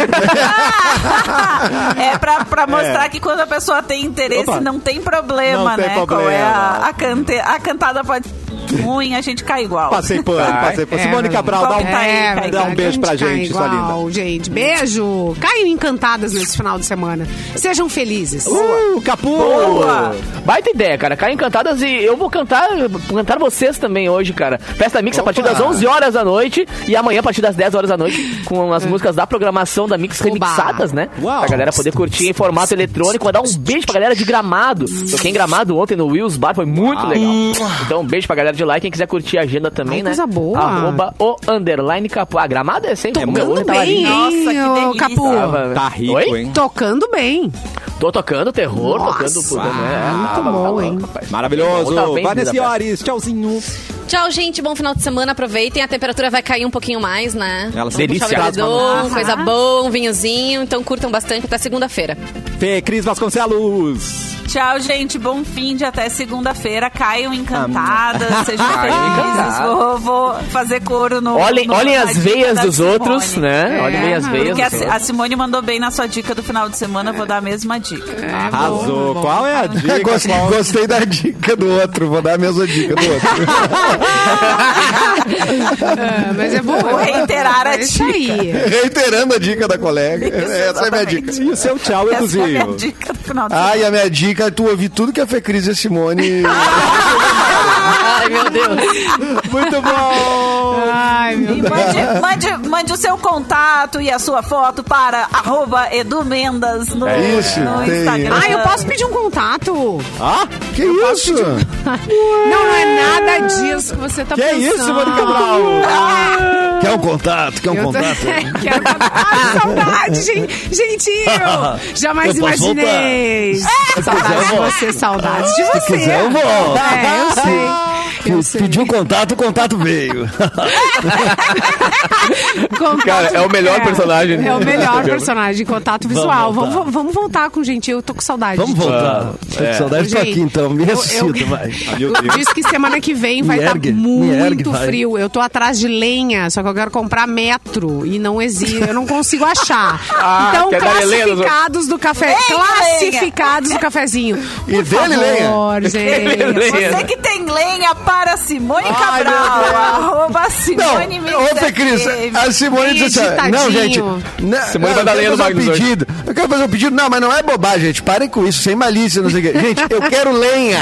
É pra, pra mostrar que quando a pessoa tem interesse, Opa. não tem problema, Não tem né? Qual problema. é a, a, cante, a cantada pode ser ruim, a gente cai igual. Passei pano, Vai. passei pano. É, Simone Cabral, dá um, Tá aí, É, tá aí. dá um beijo pra cai gente, sua igual, linda. gente. Beijo. Caiam encantadas nesse final de semana. Sejam felizes. Uh, Capu! Boa. Baita ideia, cara. Caem encantadas e eu vou cantar, cantar vocês também hoje, cara. Festa Mix a partir das onze horas da noite e amanhã a partir das dez horas da noite com as músicas da programação da Mix Oba. remixadas, né? Uau. Pra galera poder curtir em formato eletrônico. Mandar um beijo pra galera de Gramado. Toquei em Gramado ontem no Wills Bar, foi muito legal. Então um beijo pra galera de lá e quem quiser curtir a agenda também, Ai, né? coisa boa. Arroba o underline Capu. Ah, Gramado é sempre... Tocando meu, hoje tava bem, lindo. Nossa, que hein, ô, delícia. Capu? Tava- Tá rico, Oi? hein? Tocando bem. Tô tocando terror, Nossa, tocando... tudo, né? muito Tava- bom, tava hein? louco, rapaz. Maravilhoso. Tá bem, Vanessa vida, Iores, tchauzinho. Tchau, gente. Bom final de semana. Aproveitem. A temperatura vai cair um pouquinho mais, né? Ela Vamos delícia. puxar o edredom, Aham. coisa boa, um vinhozinho. Então curtam bastante até segunda-feira. Fê, Cris Vasconcelos. Tchau, gente. Bom fim de até segunda-feira. Caiam encantadas, sejam Caiam felizes. encantadas. Vou, vou fazer coro no. Olhem, no- olhem na as dica veias da dos Simone. outros, né? É, Olhem bem as veias Porque a, dos Si- a outros. Simone mandou bem na sua dica do final de semana, eu vou dar a mesma dica. Arrasou. Qual é a dica? Gos- Qual- Gostei da dica do outro, vou dar a mesma dica do outro. É, mas é bom. Vou reiterar a É isso dica. aí. Reiterando a dica da colega. Essa é a minha dica. E o seu tchau, Essa é a minha Eduzinho? dica do final de semana. Ah, e a minha dica é tu ouvir tudo que a Fê Cris e a Simone. Ai, meu Deus. Muito bom. Ai, meu E Deus. mande, mande, mande o seu contato e a sua foto para arroba Edu Mendas no, É isso, no tem- Instagram. Ah, eu posso pedir um contato? Ah, Que isso? Não, não é nada disso que você tá que pensando. isso, Simone Cabral? Quer um contato? Quer um Eu tô- contato? Quero Ai, saudade, gente. Gentil. Jamais Eu posso imaginei. Saudades de você, saudades de você. quiser, eu volto. É, eu sei. Eu sei. Pediu um contato, o contato veio. Contato- Cara, é o melhor personagem. É o melhor Entendeu? personagem, contato visual. voltar. Vamos, vamos voltar com o Gentil, eu tô com saudade. Vamos voltar. Tô com saudade, tô Gente, aqui então. Me eu- ressuscita, eu- vai. Meu Eu Deus. disse que semana que vem vai Me estar ergue, me muito ergue, vai. frio. Eu tô atrás de lenha, só que eu quero comprar metro e não existe, eu não consigo achar. Ah, então, quer dar lenha, classificados do café, Lenha, classificados do cafezinho. E Por dele favor, lenha. gente. Você que tem lenha para Simone Ai, Cabral, meu Deus. arroba Simone Não, ô Fê Cris, a Simone disse assim, Digitadinho. não, gente, né, Simone eu vai dar quero lenha no fazer um Magnus hoje. pedido, eu quero fazer um pedido, não, mas não é bobagem, gente, parem com isso, sem malícia, não sei o quê. Gente, eu quero lenha.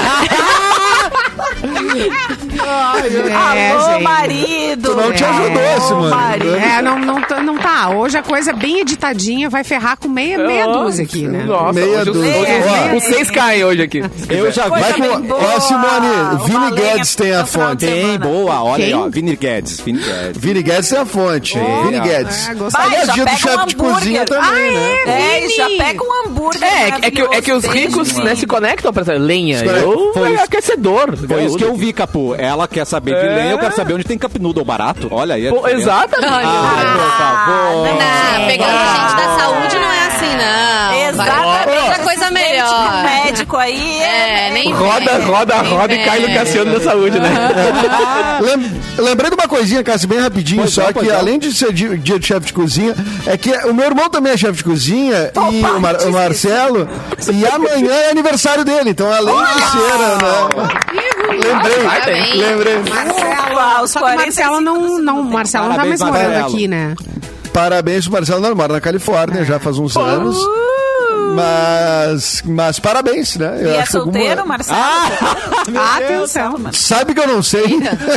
É, Alô, gente. marido. Tu não te É. ajudou, Simone. marido. É, não, não, tá- não tá. Hoje a coisa bem editadinha vai ferrar com meia, meia dúzia aqui, né? Nossa, Meia hoje os- dúzia. hoje É, os- os seis caem hoje aqui. Eu já vi. Coisa Vai com, bem boa. ó, Simone, Uma Vini lenha Guedes tem a no final fonte. de Tem, semana. boa. Olha aí, Quem? ó. Vini Guedes. Vini Guedes. Vini Guedes tem a fonte. Vini Guedes. É, gostei. Vai, Aliás, já dia do pega um chefe de hambúrguer. cozinha também, Ah, né? é? É, Vini. já pega um hambúrguer. É, é que, é que os ricos maravilhoso. né, se conectam pra essa lenha. Se conectam. Eu Foi é isso. aquecedor. Foi isso que eu vi, Capu. Ela quer saber de É. lenha, eu quero saber onde tem cup noodle barato. Olha aí. a Pô, diferença. exatamente. Ah, por favor. Não, pegando a gente da saúde não é assim, não. Exatamente. Vai outra coisa Esse melhor. médico aí É, nem Roda, vem, roda, nem roda e cai no vem. Cassiano da saúde, né? Lem- Lembrei de uma coisa. coisinha, Cássio, bem rapidinho, Pois só não, que pois não. além de ser dia, dia de chefe de cozinha, é que o meu irmão também é chefe de cozinha, e o, Mar- o Marcelo, e amanhã é aniversário dele, então além de ser, né? Lembrei, Parabéns. lembrei. Marcelo, Uau, os só que o Marcelo não, não, o Marcelo não tá mais Parabéns, morando Marcelo. aqui, né? Parabéns pro Marcelo, não, ele mora na Califórnia já faz uns anos. Mas, mas parabéns, né? Eu E é acho que alguma- solteiro, Marcelo? Atenção. Sabe que eu não sei.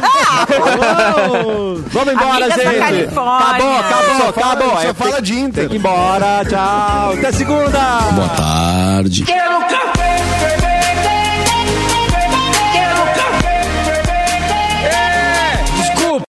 Vamos embora, Amigas da gente. Califórnia. Acabou, acabou, Só acabou. fala- só É, fala tem- de Inter. Tem que ir embora. Tchau. Até segunda. Boa tarde. Quero café!